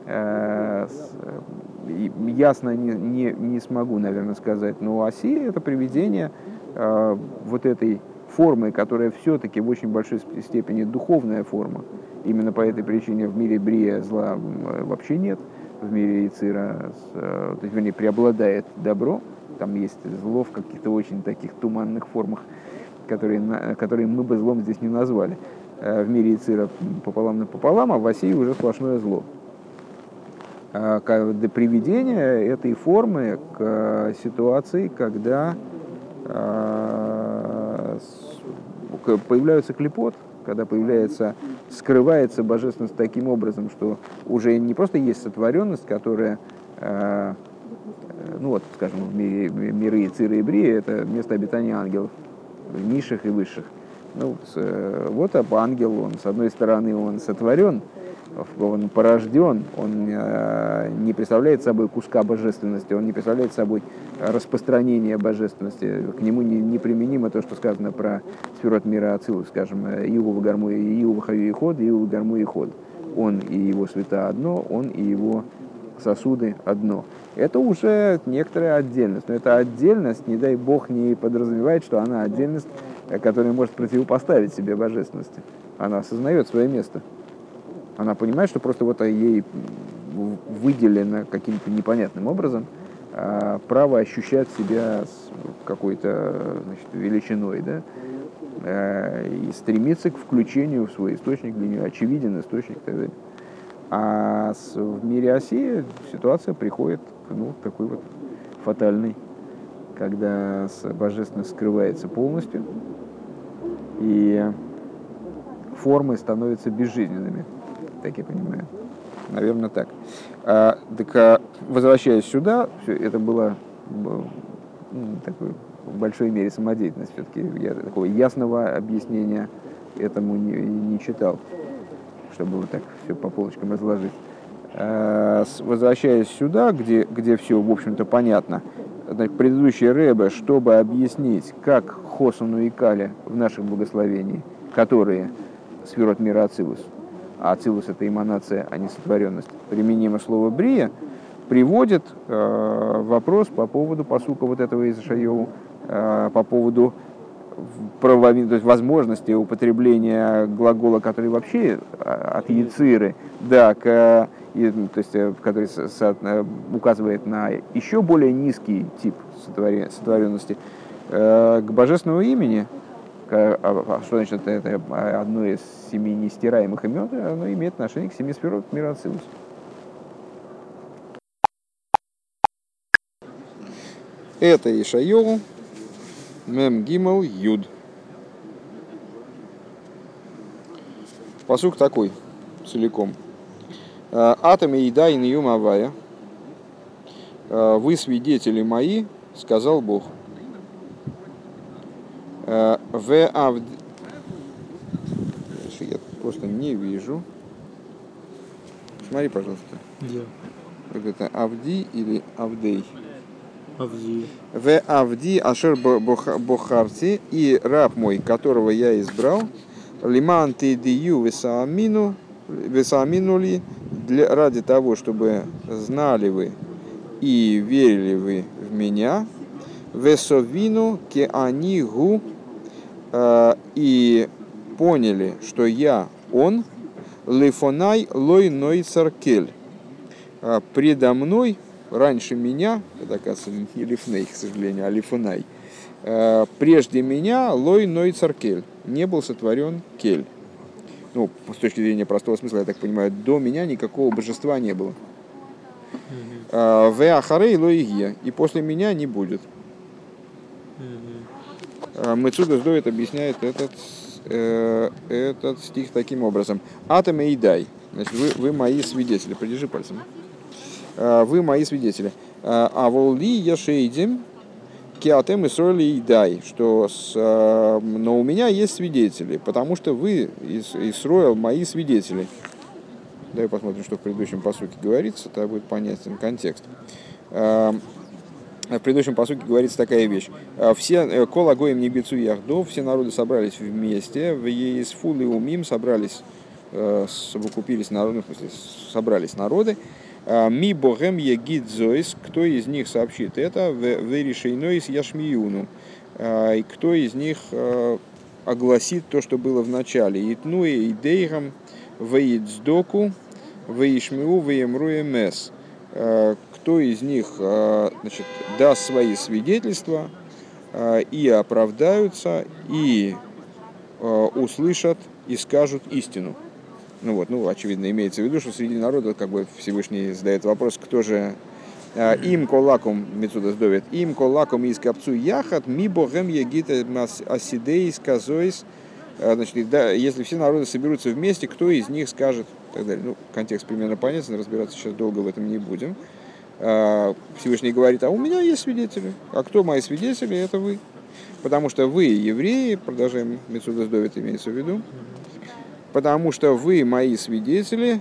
Ясно не смогу, наверное, сказать. Но асия это приведение вот этой формы, которая все-таки в очень большой степени духовная форма. Именно по этой причине в мире брия зла вообще нет. В мире яцира, вернее, преобладает добро. Там есть зло в каких-то очень таких туманных формах, которые мы бы злом здесь не назвали. В мире яцира пополам напополам, а в асии уже сплошное зло. Приведение этой формы к ситуации, когда появляется клипот, когда скрывается божественность таким образом, что уже не просто есть сотворенность, которая, ну вот, скажем, в миры яцира и брия, это место обитания ангелов, низших и высших. Ну, вот ангел, он, с одной стороны, он сотворен, он порожден, он не представляет собой куска божественности, он не представляет собой распространение божественности. К нему неприменимо то, что сказано про сферот мира Ацилус, скажем, Иува Гарму и Иува Хаю и Ход, Иува Гарму и Ход. Он и его света одно, он и его сосуды одно. Это уже некоторая отдельность. Но эта отдельность, не дай бог, не подразумевает, что она отдельность, которая может противопоставить себе божественности. Она осознает свое место. Она понимает, что просто вот ей выделено каким-то непонятным образом право ощущать себя какой-то, значит, величиной, да? И стремиться к включению в свой источник, для нее очевиден источник и так далее. А в мире Осии ситуация приходит к такой вот фатальной, когда божественность скрывается полностью, и формы становятся безжизненными, так я понимаю. Наверное, так. Возвращаясь сюда, это было такой, в большой мере самодеятельность. Все-таки я такого ясного объяснения этому не читал, чтобы вот так все по полочкам разложить. Возвращаясь сюда, где все, в общем-то, понятно, предыдущий Ребе, чтобы объяснить, как Хосану и Кале в нашем благословении, которые сферот мира Ацилус, а Ацилус — это эманация, а не сотворенность, применимо слово «брия», приводит вопрос по поводу пасука вот этого из Ишайяу, по поводу то есть возможности употребления глагола, который вообще от яциры, да, то есть, который указывает на еще более низкий тип сотворенности, к божественному имени. Что значит это одно из 7 нестираемых имен? Оно имеет отношение к 7 сферот мира Ацилус. Это Ишайяу Мем Гимел Юд. Пасук такой, целиком. Атами еда и ньюм авая. Вы свидетели мои, сказал Бог. Я просто не вижу. Смотри, пожалуйста. Где? Это Авди или Авдей? Авди. В Авди Ашер Бохарти, и раб мой, которого я избрал, Лиман Тидию Весаамину ли, ради того, чтобы знали вы и верили вы в меня, Весовину ке они гу, и поняли, что я он, Лифонай лой ной царкель, предо мной, раньше меня, это, оказывается, не лифней, к сожалению, а лифонай, прежде меня лой ной царкель, не был сотворен кель. Ну, с точки зрения простого смысла, я так понимаю, до меня никакого божества не было. В ахарей лоигия, и после меня не будет. Мецуда Сдоит объясняет этот стих таким образом. Атом и дай. Значит, вы мои свидетели. Придержи пальцем. Вы мои свидетели. А волли яшейдим киатем и сроли и дай. Но у меня есть свидетели, потому что вы Исроэл мои свидетели. Давай посмотрим, что в предыдущем пасуке говорится, тогда будет понятен контекст. В предыдущем пасуке говорится такая вещь. Все кол агоим небецу яхдо, все народы собрались вместе, в Еисфул и Умим собрались, совокупились народы, в смысле, собрались народы. Ми богем егид зоис, кто из них сообщит это, в решейноис яшмиюну, и кто из них огласит то, что было в начале. Итнуэ идейгам веидздоку веишмиу веемруэ мес. Кто из них, значит, даст свои свидетельства и оправдаются, и услышат, и скажут истину. Очевидно, имеется в виду, что среди народа как бы Всевышний задает вопрос, кто же им колаком, Мецуда Сдовит, им колаком из капцу яхат, ми богем егит асидеис казоис. Значит, да, если все народы соберутся вместе, кто из них скажет, и так далее. Контекст примерно понятен, разбираться сейчас долго в этом не будем. Всевышний говорит, а у меня есть свидетели. А кто мои свидетели? Это вы. Потому что вы, евреи, продолжаем Мецуда Сдовит, имеется в виду, потому что вы мои свидетели,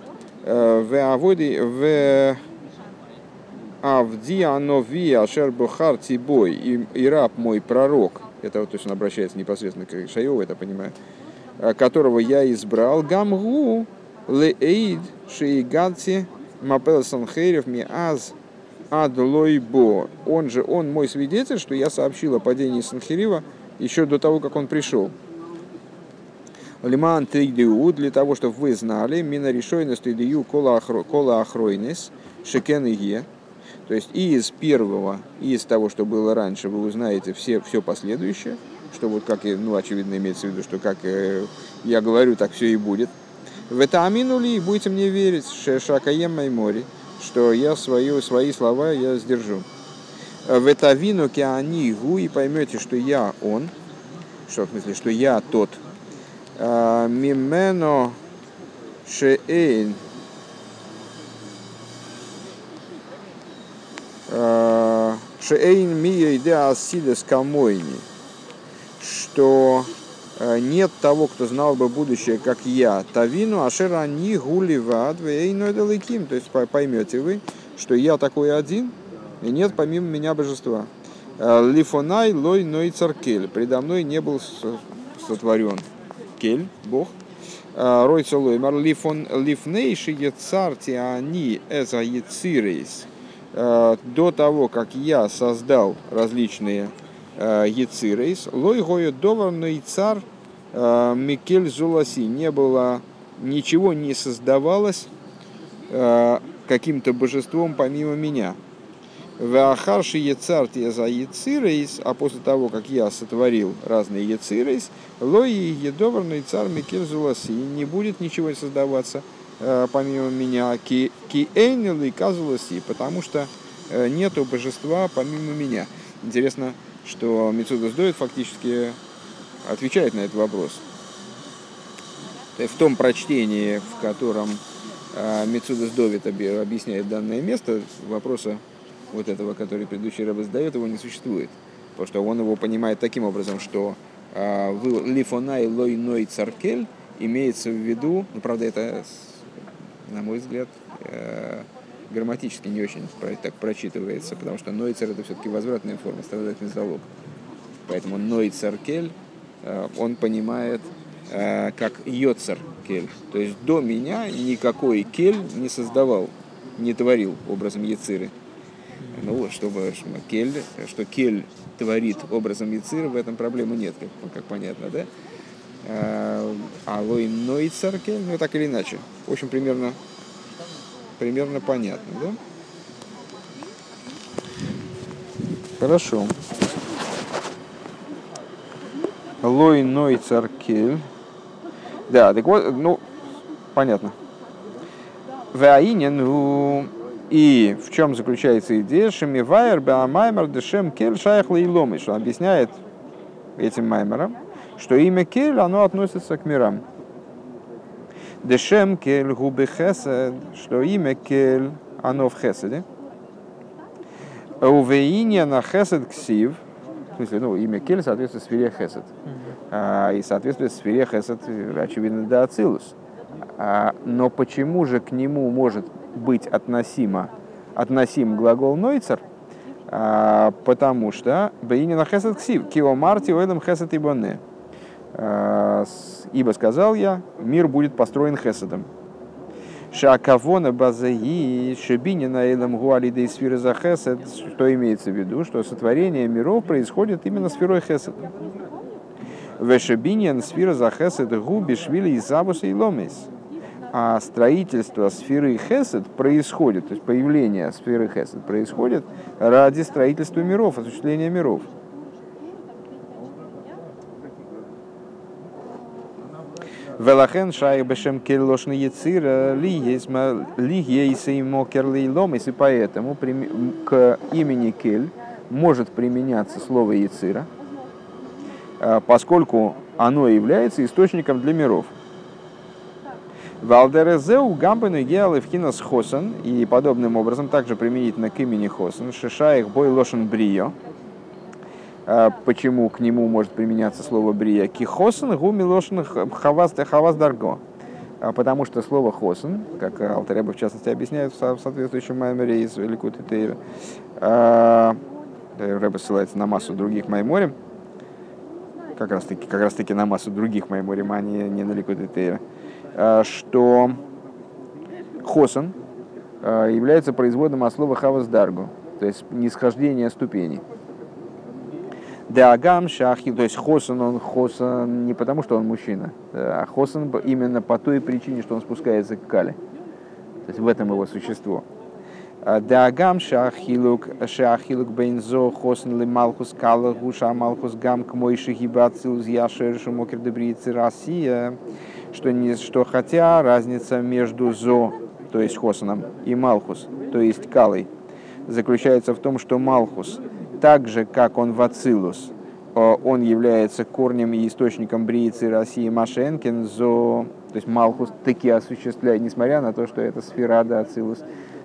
в Авди Анови Ашер Бухар Тибой и раб мой пророк, это вот, то есть он обращается непосредственно к Ишайову, я понимаю, которого я избрал, Гамгу Леэйд Шейгадти Мапел Санхейрев Миаз Адлойбо. Он мой свидетель, что я сообщил о падении Санхерива еще до того, как он пришел. Лиман Тейдиу, для того, чтобы вы знали, Мина решойность Тейдиу Кола Ахройнес Шекен Иге. То есть и из первого, и из того, что было раньше, вы узнаете все последующее, что вот как, очевидно, имеется в виду, что как я говорю, так все и будет. В это аминули, и будете мне верить, шакаем маймори, что я свои слова я сдержу. В это вину киани гу, и поймете, что я он, что в смысле, что я тот. Мимено шеэйн. Шеэйн мия идеа асидес камойни, что нет того, кто знал бы будущее, как я. Тавину ашера ни гуливад вейной далеким. То есть поймете вы, что я такой один, и нет помимо меня божества. Лифонай лой ной царкель. Предо мной не был сотворен кель, Бог. Рой цолой мар лифнейши ецарти они эза ецирейс. До того, как я создал различные ецирейс, лой гоя доварный цар Микель Зуласи, не было, ничего не создавалось каким-то божеством помимо меня. Вахарши ецарти за ецирейс, а после того, как я сотворил разные ецирейс, лой едоварный цар Микель Зуласи, не будет ничего создаваться помимо меня, ки эйнил и казуласи, потому что нету божества помимо меня. Интересно, что Мецудас Довид фактически отвечает на этот вопрос. В том прочтении, в котором Мецудас Довид объясняет данное место, вопроса вот этого, который предыдущий раб задает, его не существует. Потому что он его понимает таким образом, что лифонай лой ной царкель имеется в виду, ну, правда, это, на мой взгляд, грамматически не очень так прочитывается, потому что нойцер — это все-таки возвратная форма, страдательный залог. Поэтому нойцер кель он понимает как йоцер кель. То есть до меня никакой кель не создавал, не творил образом яциры. Ну, чтобы кель, что кель творит образом яциры, в этом проблемы нет, как понятно, да? А лой нойцер кель, ну так или иначе. В общем, примерно понятно, да? Хорошо. Лой ной царкель. Да, так вот, ну, понятно. Ваинен, и в чем заключается идея, Шемивайер Баамаймер Дешем Кель Шайх Лейломы, что он объясняет этим маймерам, что имя Кель, оно относится к мирам. Дешем Кель Губы Хесед, что имя Кель, оно в Хеседе. Увеинья на Хесед Ксив, в смысле, ну, имя Кель соответствует сфере Хесед. И соответствует сфере Хесед, очевидно, да, Ацилус. Но почему же к нему может быть относим глагол нойцер? Потому что Беинья на Хесед Ксив, Кио Марти Оэдам Хесед Ибоне. Ибо сказал я, мир будет построен Хеседом. Шакавона базаи шебинина элам гуалидей сферы за Хесед. Что имеется в виду? Что сотворение миров происходит именно сферой Хесед. Вешебинин сфера за Хесед губи швили и забуса и ломис. А строительство сферы Хесед происходит, то есть появление сферы Хесед происходит ради строительства миров, осуществления миров. Велахен шай бешем кель лошны яцира ли ейсей мокер ли ломис, и поэтому к имени кель может применяться слово яцира, поскольку оно является источником для миров. Валдерезеу гамбену геалевхинас хосан, и подобным образом также применительно к имени хосан, шишаих бой лошен брио. Почему к нему может применяться слово брия? Кихосан гуми лошен хавас дарго. потому что слово хосен, как Алтер Ребе в частности объясняет в соответствующем майморе из Ликут Тейра, Ребе ссылается на массу других майморим, как раз таки на массу других майморим, а не на Ликут Тейра, что хосен является производным от слова хавас даргу, то есть нисхождение ступеней. Деагам шахи, то есть он хосан не потому, что он мужчина, а хосан именно по той причине, что он спускается к кале. То есть в этом его существо. Деагам шахилук бейнзо хосан ли малхус кала гуша малхус гам к мойши гибацилус яшершу мокер дебрицы Россия, что хотя разница между зо, то есть хосаном, и малхус, то есть калой, заключается в том, что малхус, так же, как он в Ацилус, он является корнем и источником бриицы России Машенкин, то есть малхус таки осуществляет, несмотря на то, что это сфера да Ацилус,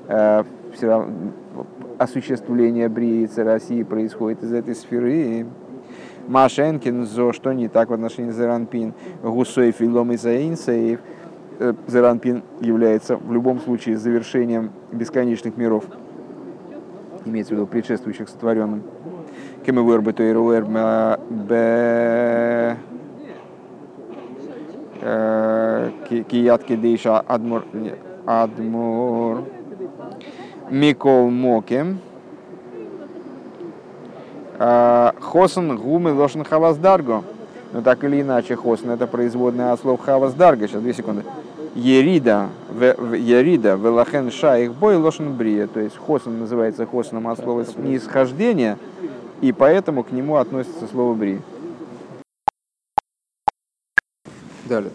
осуществление бриицы России происходит из этой сферы. Машенкин, что не так в отношении Зеранпин, Гусой Филом и Заинсеев. Зеранпин является в любом случае завершением бесконечных миров, имеется в виду предшествующих сотворенным. Кемевер бетуэруэр б киятки дейша адмур микол мокем хосен гумы лошен хавас дарго. Но так или иначе, хосен это производная от слов хавас дарго. Сейчас 2 секунды. Ерида, велахен шаих бой лошен брия. То есть хосен называется хосеном от слова нисхождение, и поэтому к нему относится слово брия. Далее.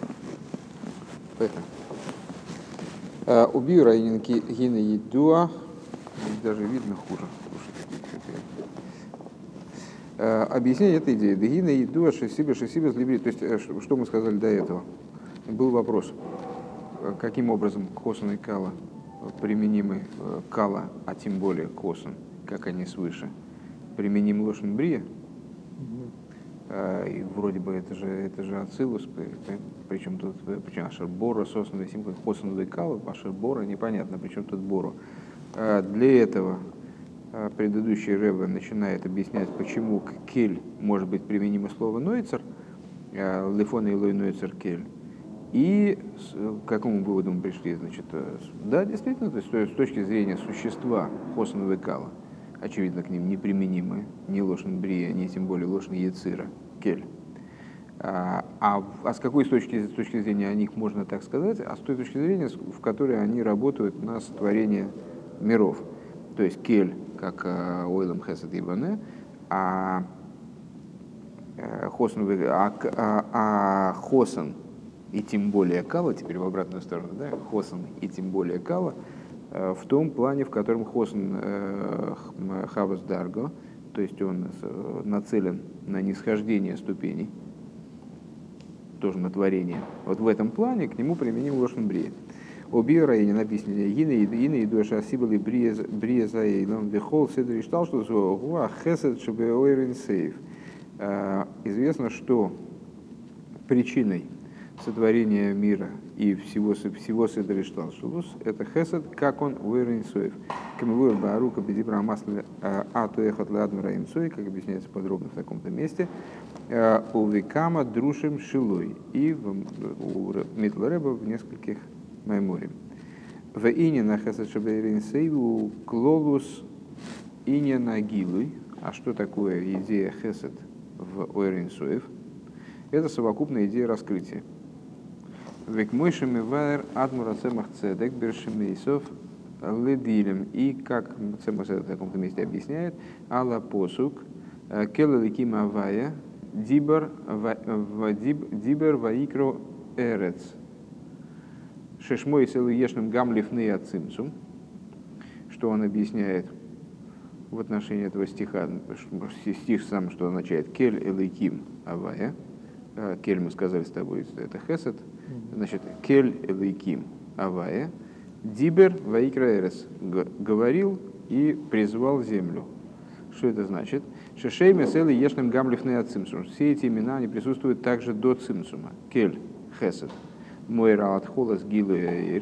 Убью райнинки гина едуа. Даже видно хуже. Объяснение этой идеи. Дегина едуа шесиба злибри. То есть, что мы сказали до этого? Был вопрос, каким образом косан и кала применимы кала, а тем более косан, как они свыше, применим лошен брия. И вроде бы это же ацилус, причем тут ашербора, сосну симпл, хосну кала, ашербора, непонятно, причем тут бору. Для этого предыдущий Ребе начинает объяснять, почему к кель может быть применимо слово нойцер, лефон и лой нойцер кель. И к какому выводу мы пришли? Значит, да, действительно, то есть с точки зрения существа хосну кала, очевидно, к ним неприменимы ни лошен брия, ни тем более лошен яцира, кель. А с какой точки зрения о них можно так сказать? А с той точки зрения, в которой они работают на сотворение миров. То есть кель, как ойлам хесед и бане, а хосан и тем более кала, теперь в обратную сторону, да, хосан и тем более кала, в том плане, в котором хосен хавас дарго, то есть он нацелен на нисхождение ступеней, тоже на творение. Вот в этом плане к нему применим лошен брия. Обе раине написано: «Гина идуша сибали брия заэйлом вехол седри штал, что зоогуа хесед шебе ойрен сейф». Известно, что причиной сотворения мира и всего седри штал это хесед, как он ойрен сейф. Кемевуэр баарука бедибра масле атуэхот ладмира инцой, как объясняется подробно в таком-то месте. Увекама друшим шилой. И у Митл Ребе в нескольких майморим. В ине на хесед шебейрин сейву клолус ине на гилуй. А что такое идея хесед в ойрин суев? Это совокупная идея раскрытия. Век мойшими вайр адмура цемах цедек бершемейсов ледилем. И как Цемах в таком-то месте объясняет, алла посук келаликим авая дибер ваикро эрец. Шешмой сел ешным гамлифны ацимцум, что он объясняет в отношении этого стиха. Стих сам, что означает кель элейким авая. Кель, мы сказали с тобой, это хесед. Значит, кель элейким авая. Дибер ваикро эрец. Говорил и призвал землю. Что это значит? Шешейме сел ешным гамлифны ацимцум. Все эти имена, они присутствуют также до цимцума. Кель, хесед. Мойра от холос гилуэйр.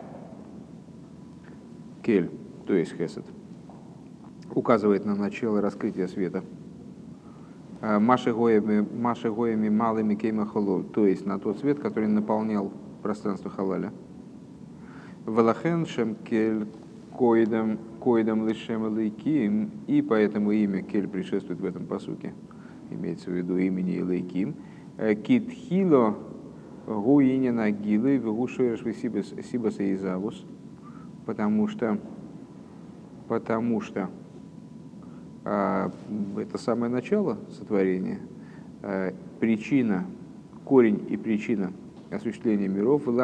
Кель, то есть хесед, указывает на начало раскрытия света. Маши гоями малыми кейма холол, то есть на тот свет, который наполнял пространство халаля. Валахен шем кель коидам лишем лейким, и поэтому имя кель предшествует в этом пасуке, имеется в виду имени лейким. Китхило гуинина гилы вегушуэш висибаса и завус, потому что это самое начало сотворения, причина, корень и причина осуществления миров, то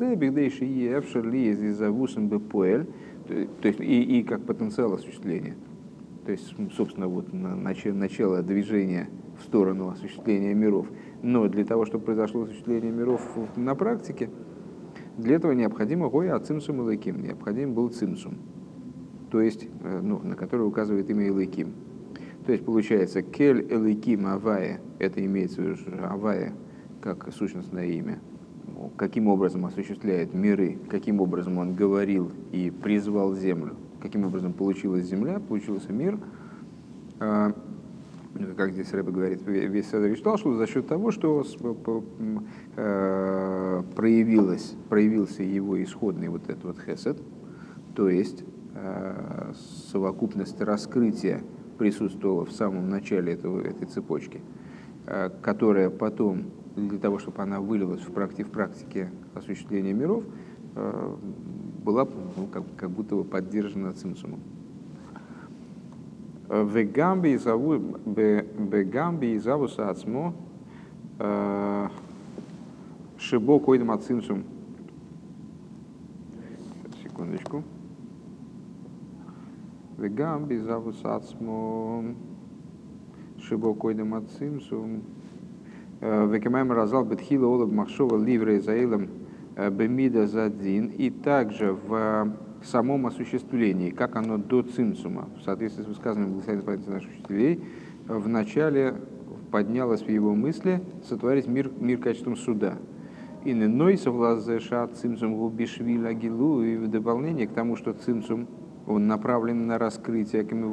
есть и как потенциал осуществления. То есть, собственно, вот начало движения в сторону осуществления миров. Но для того, чтобы произошло осуществление миров на практике, для этого необходимо гоя цимсум элейким, необходим был цимсум, то есть, на который указывает имя элейким. То есть получается кель элейким авая, это имеется в виду авая как сущностное имя, каким образом осуществляет миры, каким образом он говорил и призвал землю, каким образом получилась земля, получился мир. Как здесь Рэбе говорит, весь Седер Шталшус, за счет того, что проявился его исходный вот этот вот хесед, то есть совокупность раскрытия присутствовала в самом начале этой цепочки, которая потом, для того, чтобы она вылилась в практике осуществления миров, была как будто бы поддержана цимсумом. Бегамби и завуса ацмо шибо койдем от цимсум. Секундочку. Вегамби завуса ацмо шибо койдем от цимсум. Векемаем разал бетхила олаб махшова ливрей заилом бемида задин. И также в самом осуществлении, как оно до цимсума, в соответствии с высказанным благословенным понятием наших учителей, вначале поднялось в его мысли сотворить мир качеством суда. И ной совлазеша цимсум губишвиль агилу, и в дополнение к тому, что цимсум, он направлен на раскрытие, как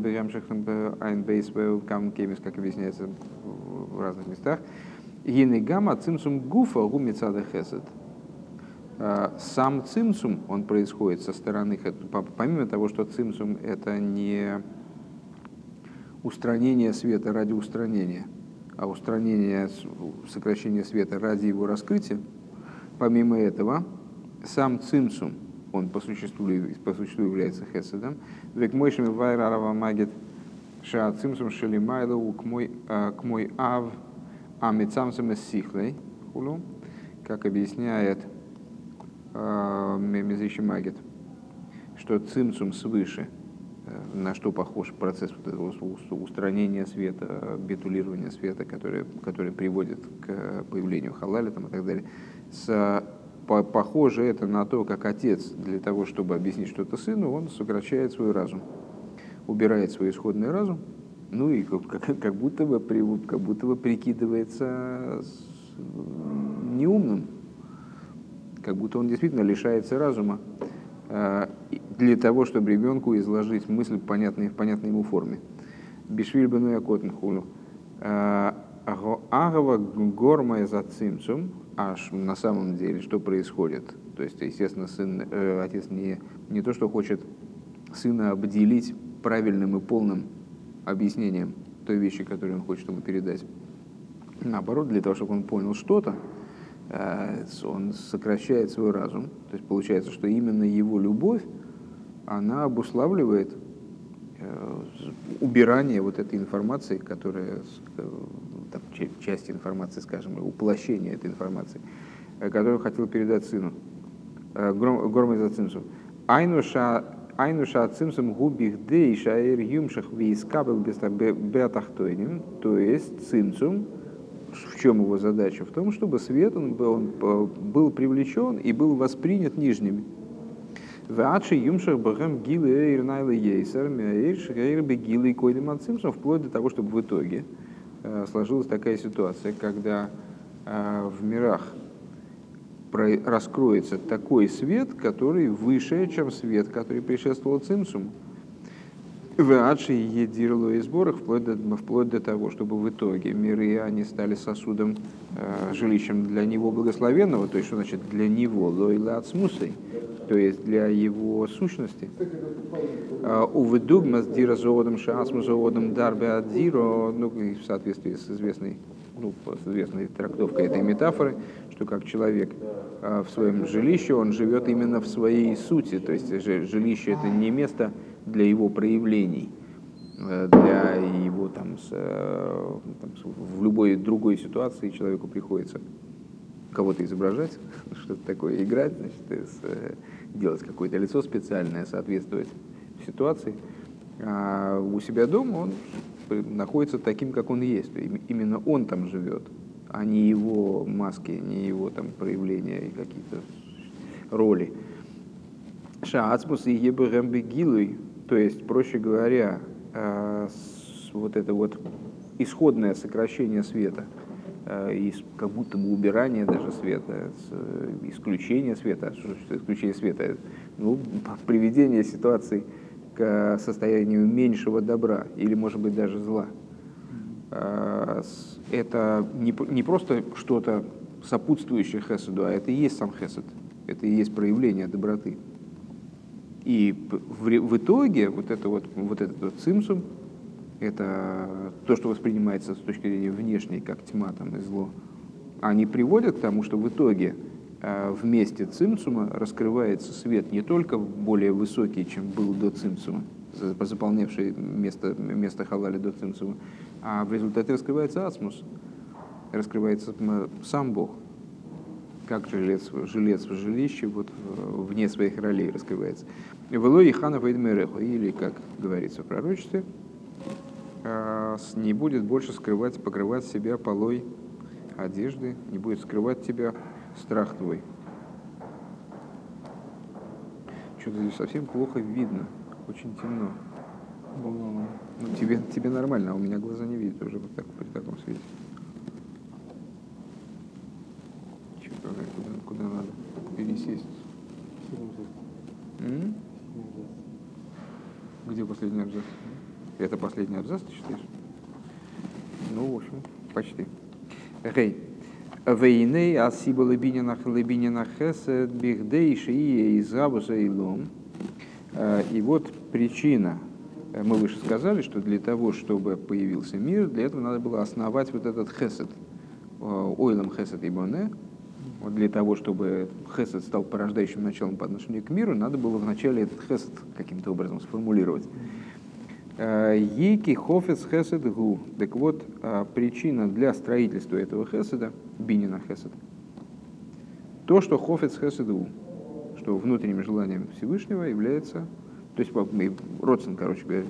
объясняется в разных местах, гины гамма цимсум гуфа гумицада хесед. Сам цимсум, он происходит со стороны, помимо того, что цимсум — это не устранение света ради устранения, а устранение, сокращение света ради его раскрытия, помимо этого, сам цимсум, он по существу является хеседом. Век мойшими вайрарава магит ша цимсум шелимайлу к мой ав амицамсам эссихлей, как объясняет Мезричи Магит, что цимсум свыше, на что похож процесс вот этого устранения света, битулирования света, который приводит к появлению халаля и так далее. Похоже это на то, как отец для того, чтобы объяснить что-то сыну, он сокращает свой разум, убирает свой исходный разум, ну и как будто бы прикидывается неумным, как будто он действительно лишается разума, для того, чтобы ребенку изложить мысль в понятной ему форме. Бишвиль бену якотн хулу. Агава горма за цимсум, аж на самом деле, что происходит? То есть, естественно, отец не то, что хочет сына обделить правильным и полным объяснением той вещи, которую он хочет ему передать. Наоборот, для того, чтобы он понял что-то, он сокращает свой разум. То есть получается, что именно его любовь, она обуславливает убирание вот этой информации, которая, там, часть информации, скажем, уплощение этой информации, которую хотел передать сыну. Гормой за цимсу. Айнуша цимсум губих дей шаэр юмшах вискабел беатахтойним. То есть цимсум, в чем его задача? В том, чтобы свет он был привлечен и был воспринят нижними. Вплоть до того, чтобы в итоге сложилась такая ситуация, когда в мирах раскроется такой свет, который выше, чем свет, который предшествовал цимсуму. В адши едирлу и сборах, вплоть до того, чтобы в итоге миры они стали сосудом, жилищем для него благословенного, то есть что значит для него, лойла ацмусой, то есть для его сущности. Уведугма с дирозоодом шаасмузоодом дарбе адзиро, ну, в соответствии с известной трактовкой этой метафоры, что как человек в своем жилище, он живет именно в своей сути, то есть жилище это не место для его проявлений, для его в любой другой ситуации человеку приходится кого-то изображать, что-то такое играть, значит, делать какое-то лицо специальное, соответствовать ситуации. А у себя дома он находится таким, как он есть. Именно он там живет, а не его маски, не его там проявления и какие-то роли. Шаацмус и ебегамбегилуй, то есть, проще говоря, вот это вот исходное сокращение света, как будто бы убирание даже света, исключение света, что исключение света, ну, приведение ситуации к состоянию меньшего добра или, может быть, даже зла. Это не просто что-то сопутствующее хеседу, а это и есть сам хесед, это и есть проявление доброты. И в итоге вот этот вот цимсум, это то, что воспринимается с точки зрения внешней, как тьма там, и зло, они приводят к тому, что в итоге вместе цимсума раскрывается свет не только более высокий, чем был до цимсума, заполнявший место халали до цимсума, а в результате раскрывается ацмус, раскрывается сам Бог, как жилец в жилище, вот, вне своих ролей раскрывается. Велой ханов эйдмереху, или, как говорится в пророчестве, не будет больше покрывать себя полой одежды, не будет скрывать тебя страх твой. Что-то здесь совсем плохо видно, очень темно. Ну, тебе нормально, а у меня глаза не видят уже вот так, при таком свете. Куда надо пересесть? Где последний абзац? Это последний абзац, ты считаешь? Ну, в общем, почти. Гей. Вейней асиба лебинина хесед бихдей шии из абуса и лом. И вот причина. Мы выше сказали, что для того, чтобы появился мир, для этого надо было основать вот этот хесед. Ойлам хесед и боне. Вот для того, чтобы хесед стал порождающим началом по отношению к миру, надо было вначале этот хесед каким-то образом сформулировать. Ейки хофец хесед гу. Так вот, причина для строительства этого хеседа, бинина хесед, то, что хофец хесед гу, что внутренним желанием Всевышнего является, то есть родствен, короче говоря.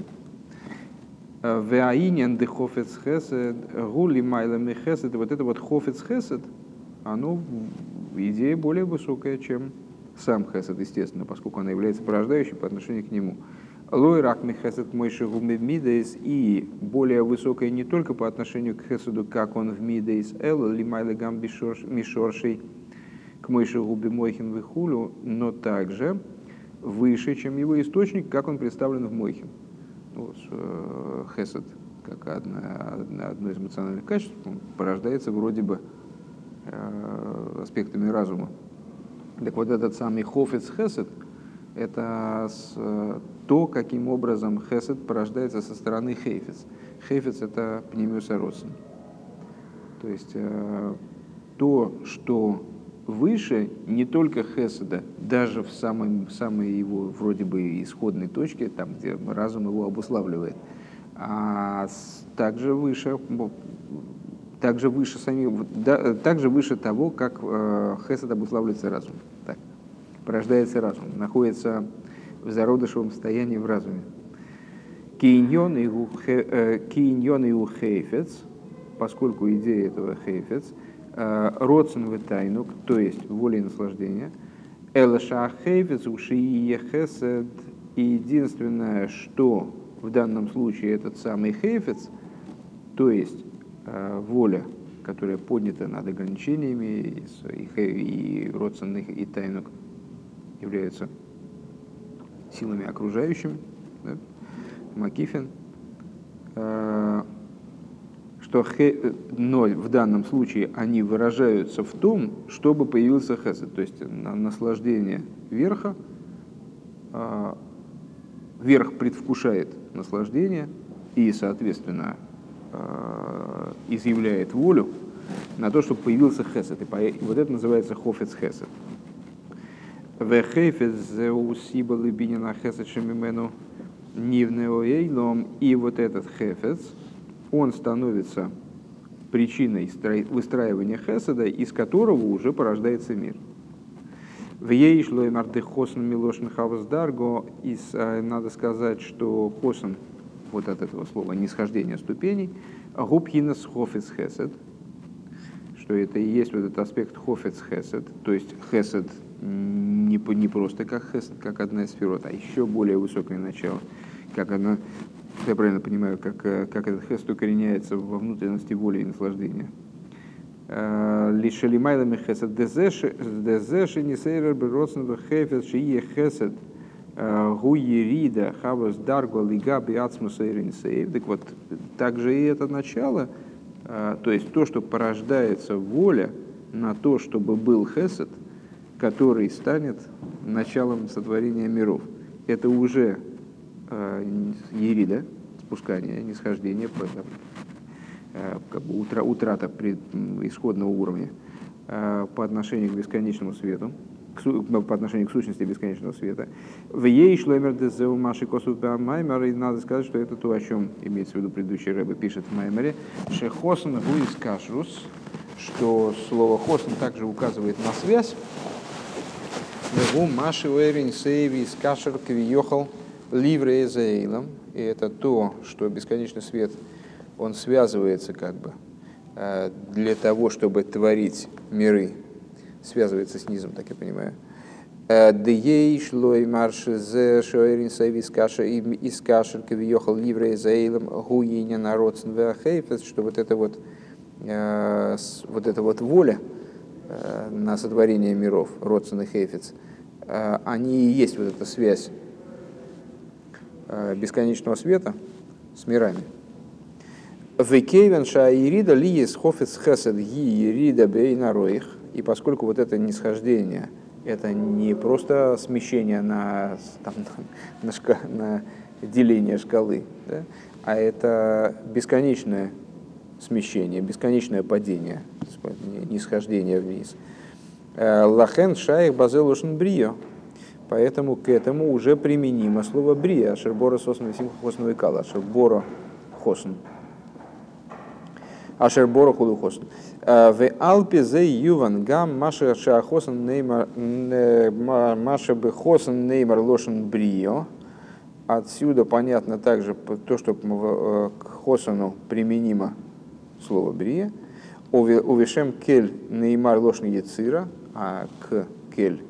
Веаинен де хофец хесед гу лимайлами хесед. Вот это вот хофец хесед, оно идея более высокая, чем сам хесед, естественно, поскольку она является порождающей по отношению к нему. Лой рак ми хесед мойши гуми в мидейс, и более высокая не только по отношению к хеседу, как он в мидейс эл, лимайле гам мишоршей к мойши губи мойхин в хулю, но также выше, чем его источник, как он представлен в мойхин. Вот, хесед, как одно из эмоциональных качеств, он порождается вроде бы аспектами разума. Так вот этот самый хофец хесед, это то, каким образом хесед порождается со стороны хейфец. Хейфец — это пнемиус аросен. То есть то, что выше не только хеседа, даже в самой его вроде бы исходной точке, там, где разум его обуславливает, а также выше того, как хесед обуславливается разумом. Так. Порождается разум, находится в зародышевом состоянии в разуме. Киньон и у хейфец, поскольку идея этого хейфец, родсен в тайнук, то есть воля и наслаждение, элаша хейфец ушие хесед, и единственное, что в данном случае этот самый хейфец, то есть воля которая поднята над ограничениями, и родственных, и тайнук являются силами окружающими, да? Макифин, но в данном случае они выражаются в том, чтобы появился хесед, то есть наслаждение верха, верх предвкушает наслаждение и, соответственно, изъявляет волю на то, чтобы появился хесед. И вот это называется хофец хесед. И вот этот хефец, он становится причиной выстраивания хеседа, из которого уже порождается мир. Надо сказать, что хосен, вот от этого слова нисхождение ступеней, губхинас хофец хесед, что это и есть вот этот аспект хофец хесед, то есть хесед не просто как хесед, как одна из сферот, а еще более высокое начало, как она, я правильно понимаю, как этот хесед укореняется во внутренности воли и наслаждения. Лишелимайлами хесед дезеши нисейрер бероцнду хефет шие хесед гуерида хавас дарго лига биацмуса иринсейв. Так вот, также и это начало, то есть то, что порождается воля на то, чтобы был хесед, который станет началом сотворения миров. Это уже ерида, спускание, нисхождение, как бы утрата исходного уровня по отношению к бесконечному свету, по отношению к сущности бесконечного света. В ей шлемер дезеу маши косу маймер, и надо сказать, что это то, о чем имеется в виду предыдущий рэбе пишет в маймере, шехосен гуис кашрус, что слово хосен также указывает на связь. Вегу маши уэрин сейвис кашер квиёхал ливре эзейлом, и это то, что бесконечный свет он связывается как бы для того, чтобы творить миры, связывается с низом, так я понимаю. Дей шлой марш зе шоерин сейвис кашер из кашер квиёхал ливре эзейлом гуиня народсен веахейфес, что вот эта вот воля на сотворение миров, родственный хейфец, они и есть вот эта связь бесконечного света с мирами. И поскольку вот это нисхождение, это не просто смещение на деление шкалы, да, а это бесконечное смещение, бесконечное падение, нисхождение вниз. Лахен шаих базелушен брио. Поэтому к этому уже применимо слово брия, ашербора сосновый симха хосновый кала, ашербора хосн. Ашербора худу хосн. В алпе зе юван гам маша шахосн неймар маша бы хосн неймар лошен брио. Отсюда понятно также то, что к хосану применимо слово брия. Увешем кель неймар лошен яцира, а к кель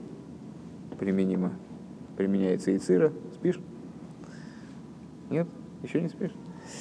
применяется яцира. Спишь? Нет? Еще не спишь?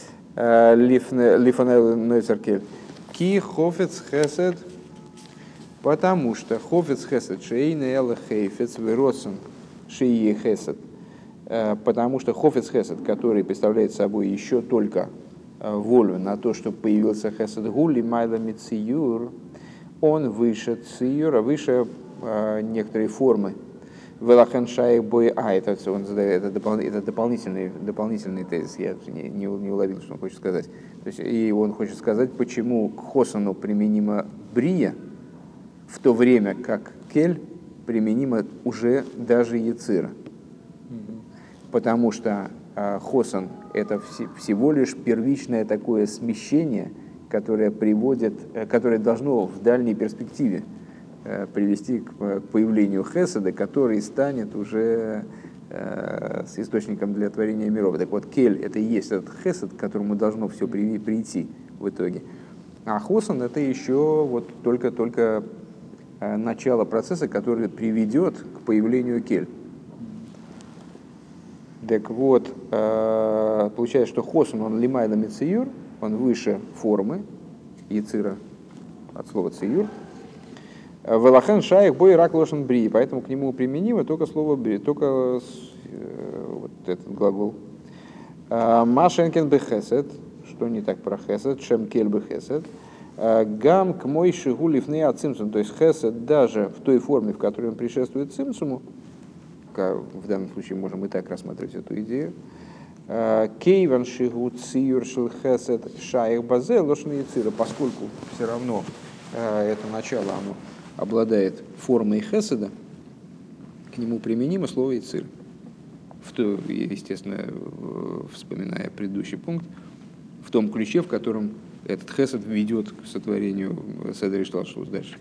Лифанел нойцеркель. Ки хофец хесед, потому что хофец хесед шейна эла хейфец выросен шии хесед, потому что хофец хесед, который представляет собой еще только волю на то, чтобы появился хесед гули майла мициюр, он выше циюра, выше некоторой формы. Велахен шаих бой, это он задает, это дополнительный тезис, я не уловил, что он хочет сказать. То есть, и он хочет сказать, почему к хосану применима брия, в то время как кель применима уже даже яцира. Потому что хосан — это всего лишь первичное такое смещение, которое должно в дальней перспективе привести к появлению хеседа, который станет уже с источником для творения миров. Так вот, кель — это и есть этот хесед, к которому должно все прийти в итоге. А хосан — это еще вот только начало процесса, который приведет к появлению кель. Так вот, получается, что хосан, он лимайла мициюр, он выше формы яцира, от слова циюр. Велахен шаих бой рак лошен бри, поэтому к нему применимо только слово бри, только вот этот глагол. Машенкен бехесед, что не так про хесед, шем кель бехесед. Гам к мой шигу лифней от цимсум, то есть хесед даже в той форме, в которой он предшествует цимсуму, в данном случае можем и так рассматривать эту идею. Кейван шигу циюр шил хесед шаих базе лошен яцира, поскольку все равно это начало, оно обладает формой хеседа, к нему применимо слово яцир. Естественно, вспоминая предыдущий пункт, в том ключе, в котором этот хесед ведет к сотворению седер и шталшус дальше.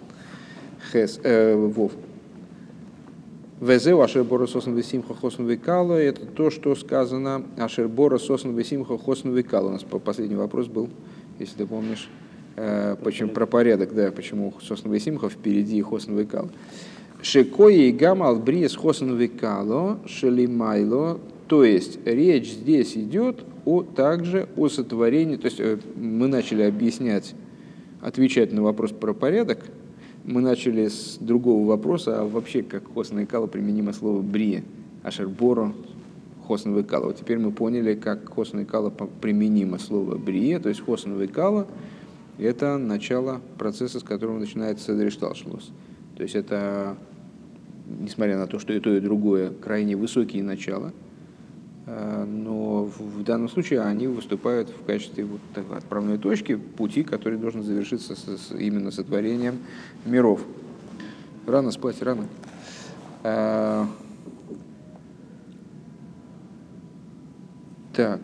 Вов. Везеу ашербора сосн весимха хосн векало. Это то, что сказано ашербора сосн весимха хосн векало. У нас последний вопрос был, если ты помнишь, почему, про порядок, да, почему сосн весимха впереди хосн векало. Шекои и гамал бриес хосн векало шелимайло. То есть речь здесь идет также о сотворении. То есть мы начали объяснять, отвечать на вопрос про порядок. Мы начали с другого вопроса, а вообще как хосн векало применимо слово брие, ашерборо хосн векало. Вот теперь мы поняли, как хосн векало применимо слово брие, то есть хосн векало — это начало процесса, с которого начинается седер и шталшус. То есть это, несмотря на то, что и то, и другое крайне высокие начала, но в данном случае они выступают в качестве вот отправной точки пути, который должен завершиться именно сотворением миров. Рано спать, рано. Так,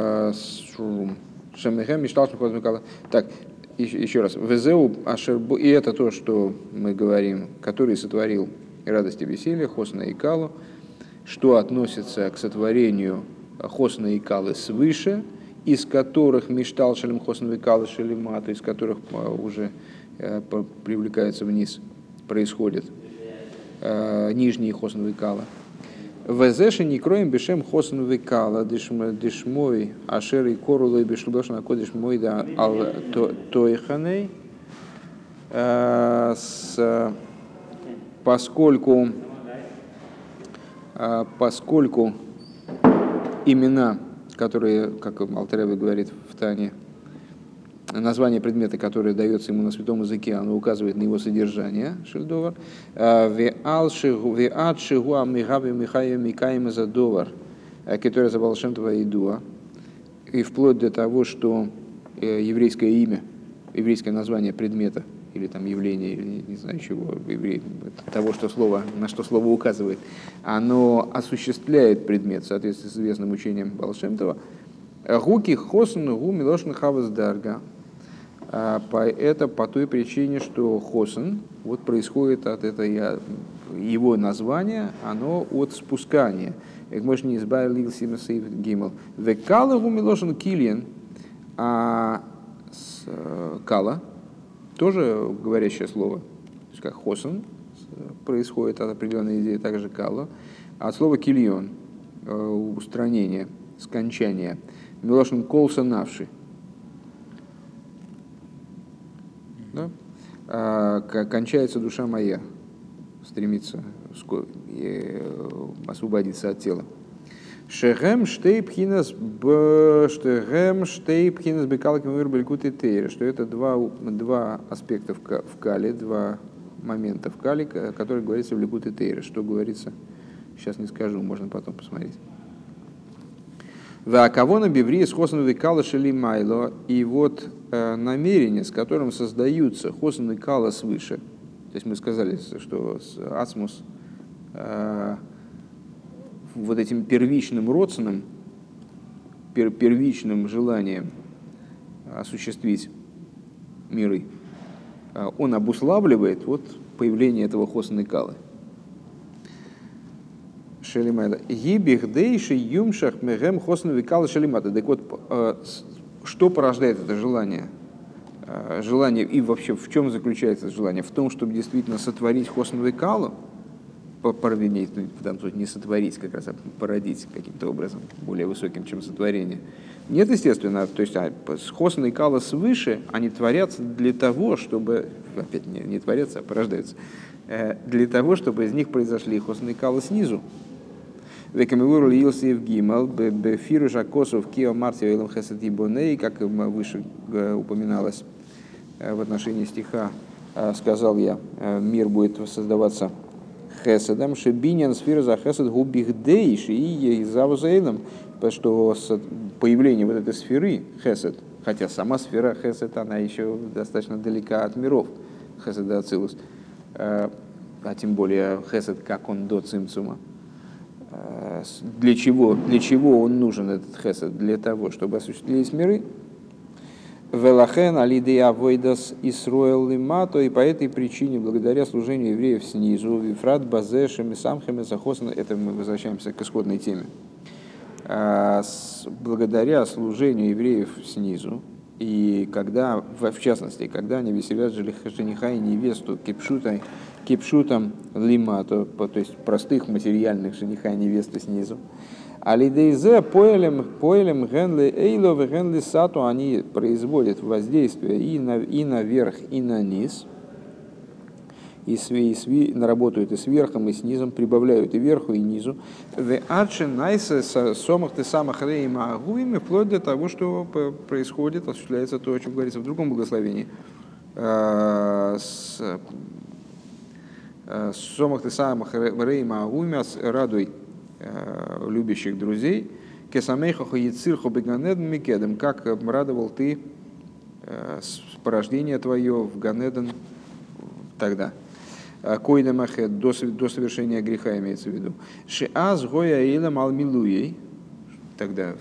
Шемехем Мишталшн Хозмикала. Так, еще раз. Везеу Ашербо, и это то, что мы говорим, который сотворил радость и веселье, Хосна и Калу, что относится к сотворению Хосна и Калы свыше, из которых Миштал Шалим Хосна и Калы Шалима, то из которых уже привлекаются вниз, происходит нижние Хосна и Кала. Везеши не кроем бешем хосн векала дешмой ашеры корулой бешлбошн акодиш мой да ал тойханей, поскольку имена, которые, как Алтер Ребе говорит в Тане, название предмета, которое дается ему на святом языке, оно указывает на его содержание, шельдовар. Веадшигуа мигави михаю микаем задовар, который забал шемтова идуа, и вплоть до того, что еврейское имя, еврейское название предмета или там явление, или не знаю чего, того, что слово, на что слово указывает, оно осуществляет предмет в соответствии с известным учением Баал Шем Това. Гуки хосн гу милошн хавас дарга. Это по той причине, что хосн вот происходит от этой его названия, оно от спускания. Как можно не избавил симасейв гимл. Векала гу милошн килиен, а кала тоже говорящее слово, то есть как хосн происходит от определенной идеи, также кала, а от слова кильон устранение, скончание. Милошн колса навши. Да? Кончается душа моя, стремится освободиться от тела. Шехем штейпхинас бекалким вырбелькуты тейра, что это два аспекта в кале, два момента в кале, которые говорится в ликуте тейра. Что говорится, сейчас не скажу, можно потом посмотреть. Ваакавона биври с хосн векала шели майло, и вот намерение, с которым создаются хосн векала свыше, то есть мы сказали, что ацмус вот этим первичным родственным, первичным желанием осуществить миры, он обуславливает вот появление этого хосн векала. Шелимайда. Гибих дейши юмшах мегем хосн векала шелимата. Так вот, что порождает это желание? Желание, и вообще в чем заключается это желание? В том, чтобы действительно сотворить хосн векалу, породить, в данном случае не сотворить, как раз, а породить каким-то образом, более высоким, чем сотворение. Нет, естественно, то есть хосн и кала свыше, они творятся для того, чтобы, опять не творятся, а порождаются, для того, чтобы из них произошли хосн и кала снизу. Векамиуру Илсиев Гимал, Бефиру Жакосов, Кио Мартио Илам Хесед Ибоней, как выше упоминалось в отношении стиха, сказал я, мир будет создаваться Хеседом, Шебиньян сфера за Хесед Губихдейш и Завузаилом, потому что появление вот этой сферы Хесед, хотя сама сфера Хесед, она еще достаточно далека от миров Хеседа Ацилус, а тем более Хесед, как он до Цимцума. Для чего он нужен, этот Хесед? Для того, чтобы осуществились миры. Велахен алидея войдас Исруэл лимато, и по этой причине, благодаря служению евреев снизу, вифрат базешем и самхем и захосен, это мы возвращаемся к исходной теме, благодаря служению евреев снизу, и когда, в частности, когда они веселят жениха и невесту кипшутам лимато, то есть простых материальных жениха и невесты снизу, алидейзе поэлем генли эйло генли сату, они производят воздействие и наверх, и на низ, и наработают и сверхом, и снизом, прибавляют и верху, и низу. В адше найсе сомах ты самых рейма агуими, вплоть до того, что происходит, осуществляется то, о чем говорится в другом благословении. Сомах ты самых рейма агуими, радуй любящих друзей, кесамейхаху яцирху беганеден микедем, как радовал ты порождение твое в Ганеден тогда. Койдамахет до совершения греха имеется в виду. Шиаз гоя илам алмилуей, тогда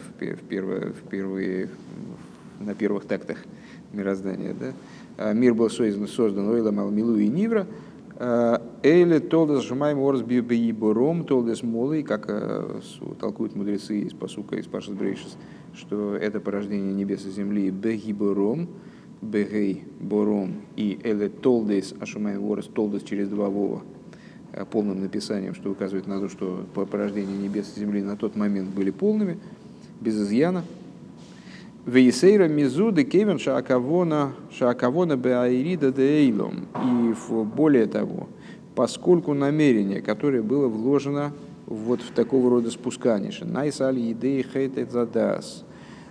на первых тактах мироздания, да? Мир был создан ойлам алмилуей нивра. Эйле толдес жмайм орс бибиибором, толдес молой, как толкуют мудрецы из пасука, из Пашас Брейшис, что это порождение небес и земли бегибором, бегей бором, и эле толдес ашумайм орс, толдес через два вова, полным написанием, что указывает на то, что порождение небес и земли на тот момент были полными, без изъяна. Вейсейра мизуды кевен шаакавона беаирида деэйлом. И более того, поскольку намерение, которое было вложено вот в такого рода спускание, найсали идеи хейтет задас,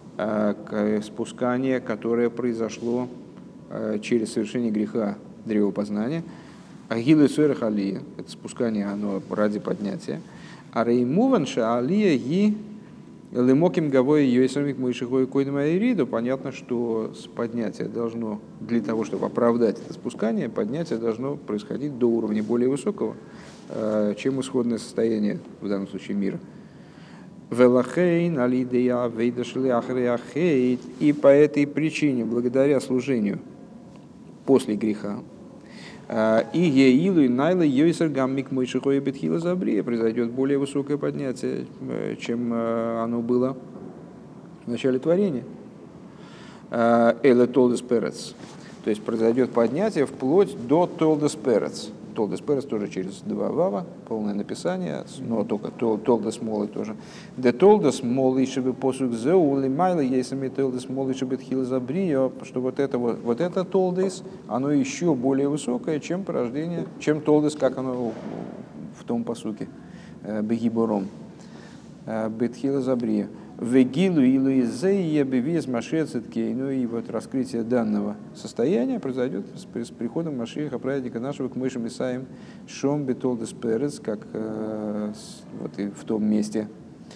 спускание, которое произошло через совершение греха древопознания, агилы суэрах алия, это спускание, оно ради поднятия, а реймуванша алия ги лемоким гавой йойсамик мышихой койдам айриду. Понятно, что поднятие должно, для того, чтобы оправдать это спускание, поднятие должно происходить до уровня более высокого, чем исходное состояние, в данном случае мира. Велахейн алидея вейдашли ахреахейт. И по этой причине, благодаря служению после греха, и еилу и найла йойсер гаммик мышихой бетхила забрия, произойдет более высокое поднятие, чем оно было в начале творения. Эле толдес перец, то есть произойдет поднятие вплоть до толдес перец. Толдес перец тоже через два вава, полное написание, но только толдес молы тоже. Де толдес молы чтобы посук зеу лимайла есами толдес молы чтобы тхила забрия, что вот это толдес, оно еще более высокое, чем порождение, чем толдес, как оно в том посуке бегибором бетхила забрия. Вегилу илу изея бевиз машецеткей. Ну и вот раскрытие данного состояния произойдет с приходом Машиаха, праведника нашего, к Мойше Исаим шом бетолдес перец, как вот и в том месте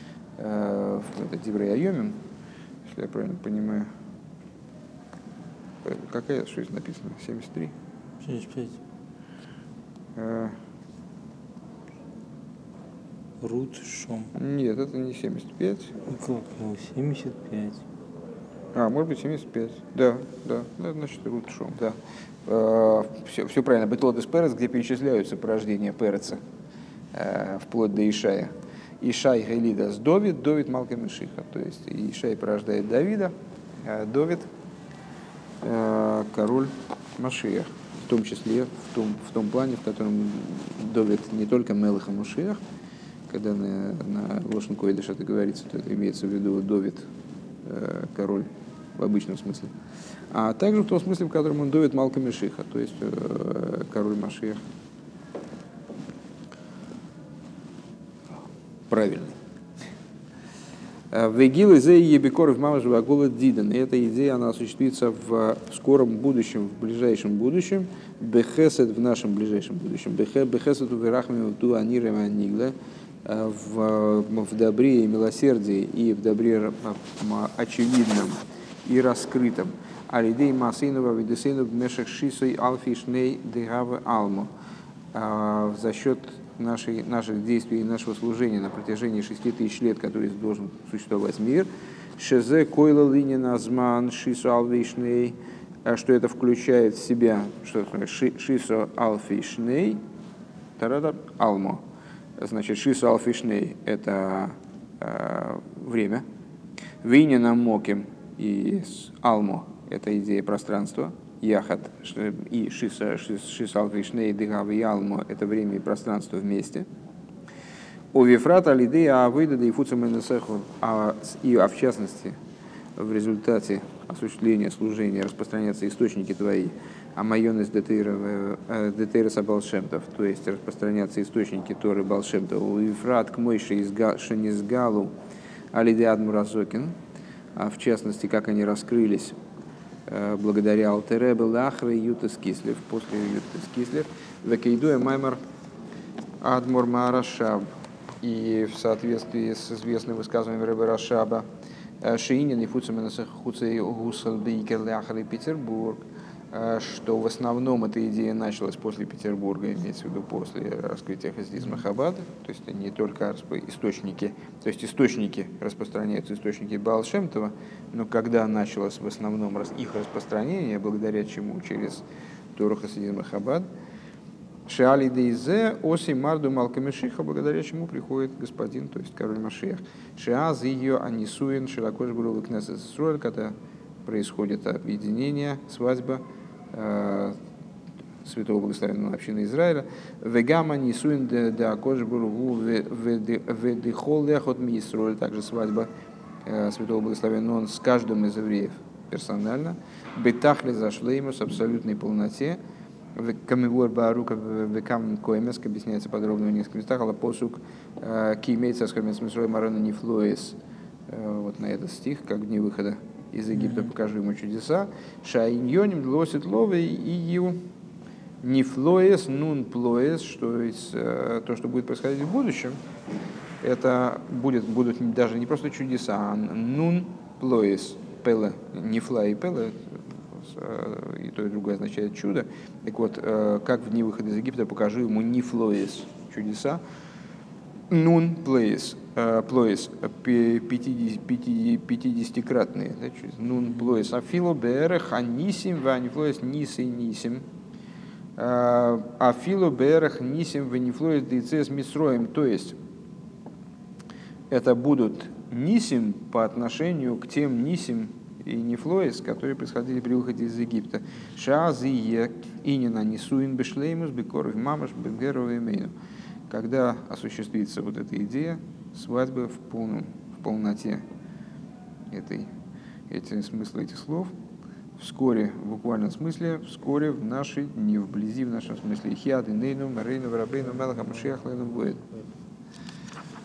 в Диврей Айомим, если я правильно понимаю. Какая, что здесь написано? 73? 75. Рут Шом. Нет, это не 75. Как? 75. Может быть 75. Да, значит Рут Шом, да. Все правильно. Бетолдес Перец, где перечисляются порождения Переца, вплоть до Ишая. Ишай Гелидас Довид Малка Мишиха. То есть Ишай порождает Давида, Довид король Машиах. том числе в том плане, в котором Довид не только Мелех а Машиах, когда на Лошен Койдыш это говорится, то это имеется в виду Довид, король в обычном смысле, а также в том смысле, в котором он Довид Малка Мишиха, то есть король Машиах. Правильный. Вегил из ебекоров мамажева голод дидан. И эта идея, она осуществится в скором будущем, в ближайшем будущем. Бехесед в нашем ближайшем будущем. Бехесед уверахми ту анирема нигла. В добре и милосердии, и в добре очевидном и раскрытом. Алидей масейнова видесейнов мешах шисой алфишней дегавы алму. За счет наших действий и нашего служения на протяжении 6000 лет, который должен существовать мир, шезе койла линина зман шисо алфишней, что это включает в себя, что шисо алфишней тарада алмо. Значит, шисо алфишней — это время, винина моким и алмо — это идея пространства, яхат, и шиса алфишней дыгавы и алмо — это время и пространство вместе. У вифрата лидея авыдада и фуцаменесеху, а в частности в результате осуществления служения распространяются источники твои, а майонес детейраса балшемтов, то есть распространятся источники Торы балшемтов. У вифрат к мойши шенизгалу алидеад муразокин, а в частности, как они раскрылись благодаря Алтеребе Лахры Ютес Кислев, после Ютес Кислев, Векейдуя Маймар Адмор Маарашаб, и в соответствии с известным высказыванием Ребе Рашаба, Шиинин и Фуцаменесах Хуцей Гусал Бейкер Лахры Петербург, что в основном эта идея началась после Петербурга, имеется в виду после раскрытия хасидизма Хаббада, то есть не только источники, то есть источники распространяются, источники Баал Шем Това, но когда началось в основном их распространение, благодаря чему? Через Тору хасидизма Хаббад, Шеали Дейзе Оси Марду Малкамешиха, благодаря чему приходит господин, то есть король Машиах. Шеаз ее Анисуин Широкош Буру Кнессет Исруэль, когда происходит объединение, свадьба святого благословенного общины Израиля. Вегама Нисуин да Акош Буру Ведихол Лехот Мисруэль, также свадьба святого благословенного, он с каждым из евреев персонально. Бетахли зашлейму с абсолютной полноте. Камивор Барука Векам Коэмес, объясняется подробно в нескольких местах, αλλά посук Кимейца с Хамецмисрой Марана Нифлоэс, вот на этот стих, как в дни выхода из Египта покажи ему чудеса. Шаиньоним длосит ловы и ю нифлоэс нун плоэс, что то, что будет происходить в будущем, это будут даже не просто чудеса, а нун плоэс, пеле, нифла и пеле, и то и другое означает чудо. Так вот, как в дни выхода из Египта покажи ему нифлоэс, чудеса, нун плоэс, плоэс 50-кратные, да, нун плоэс афило берех анисим ванифлоэс нисы нисим афило берех нисим ванифлоэс дейцес мисроем, то есть это будут нисим по отношению к тем нисим и нефлоис, которые происходили при выходе из Египта. Шаазие инина нисуин бешлеймус бекоров мамаш бенгеров имею. Когда осуществится вот эта идея свадьбы в полноте эти смыслы этих слов, вскоре, в буквальном смысле, вскоре в наши дни, вблизи в нашем смысле. Хиад и нейну, марейну, варабейну, мелаха, машиах, лену, будет.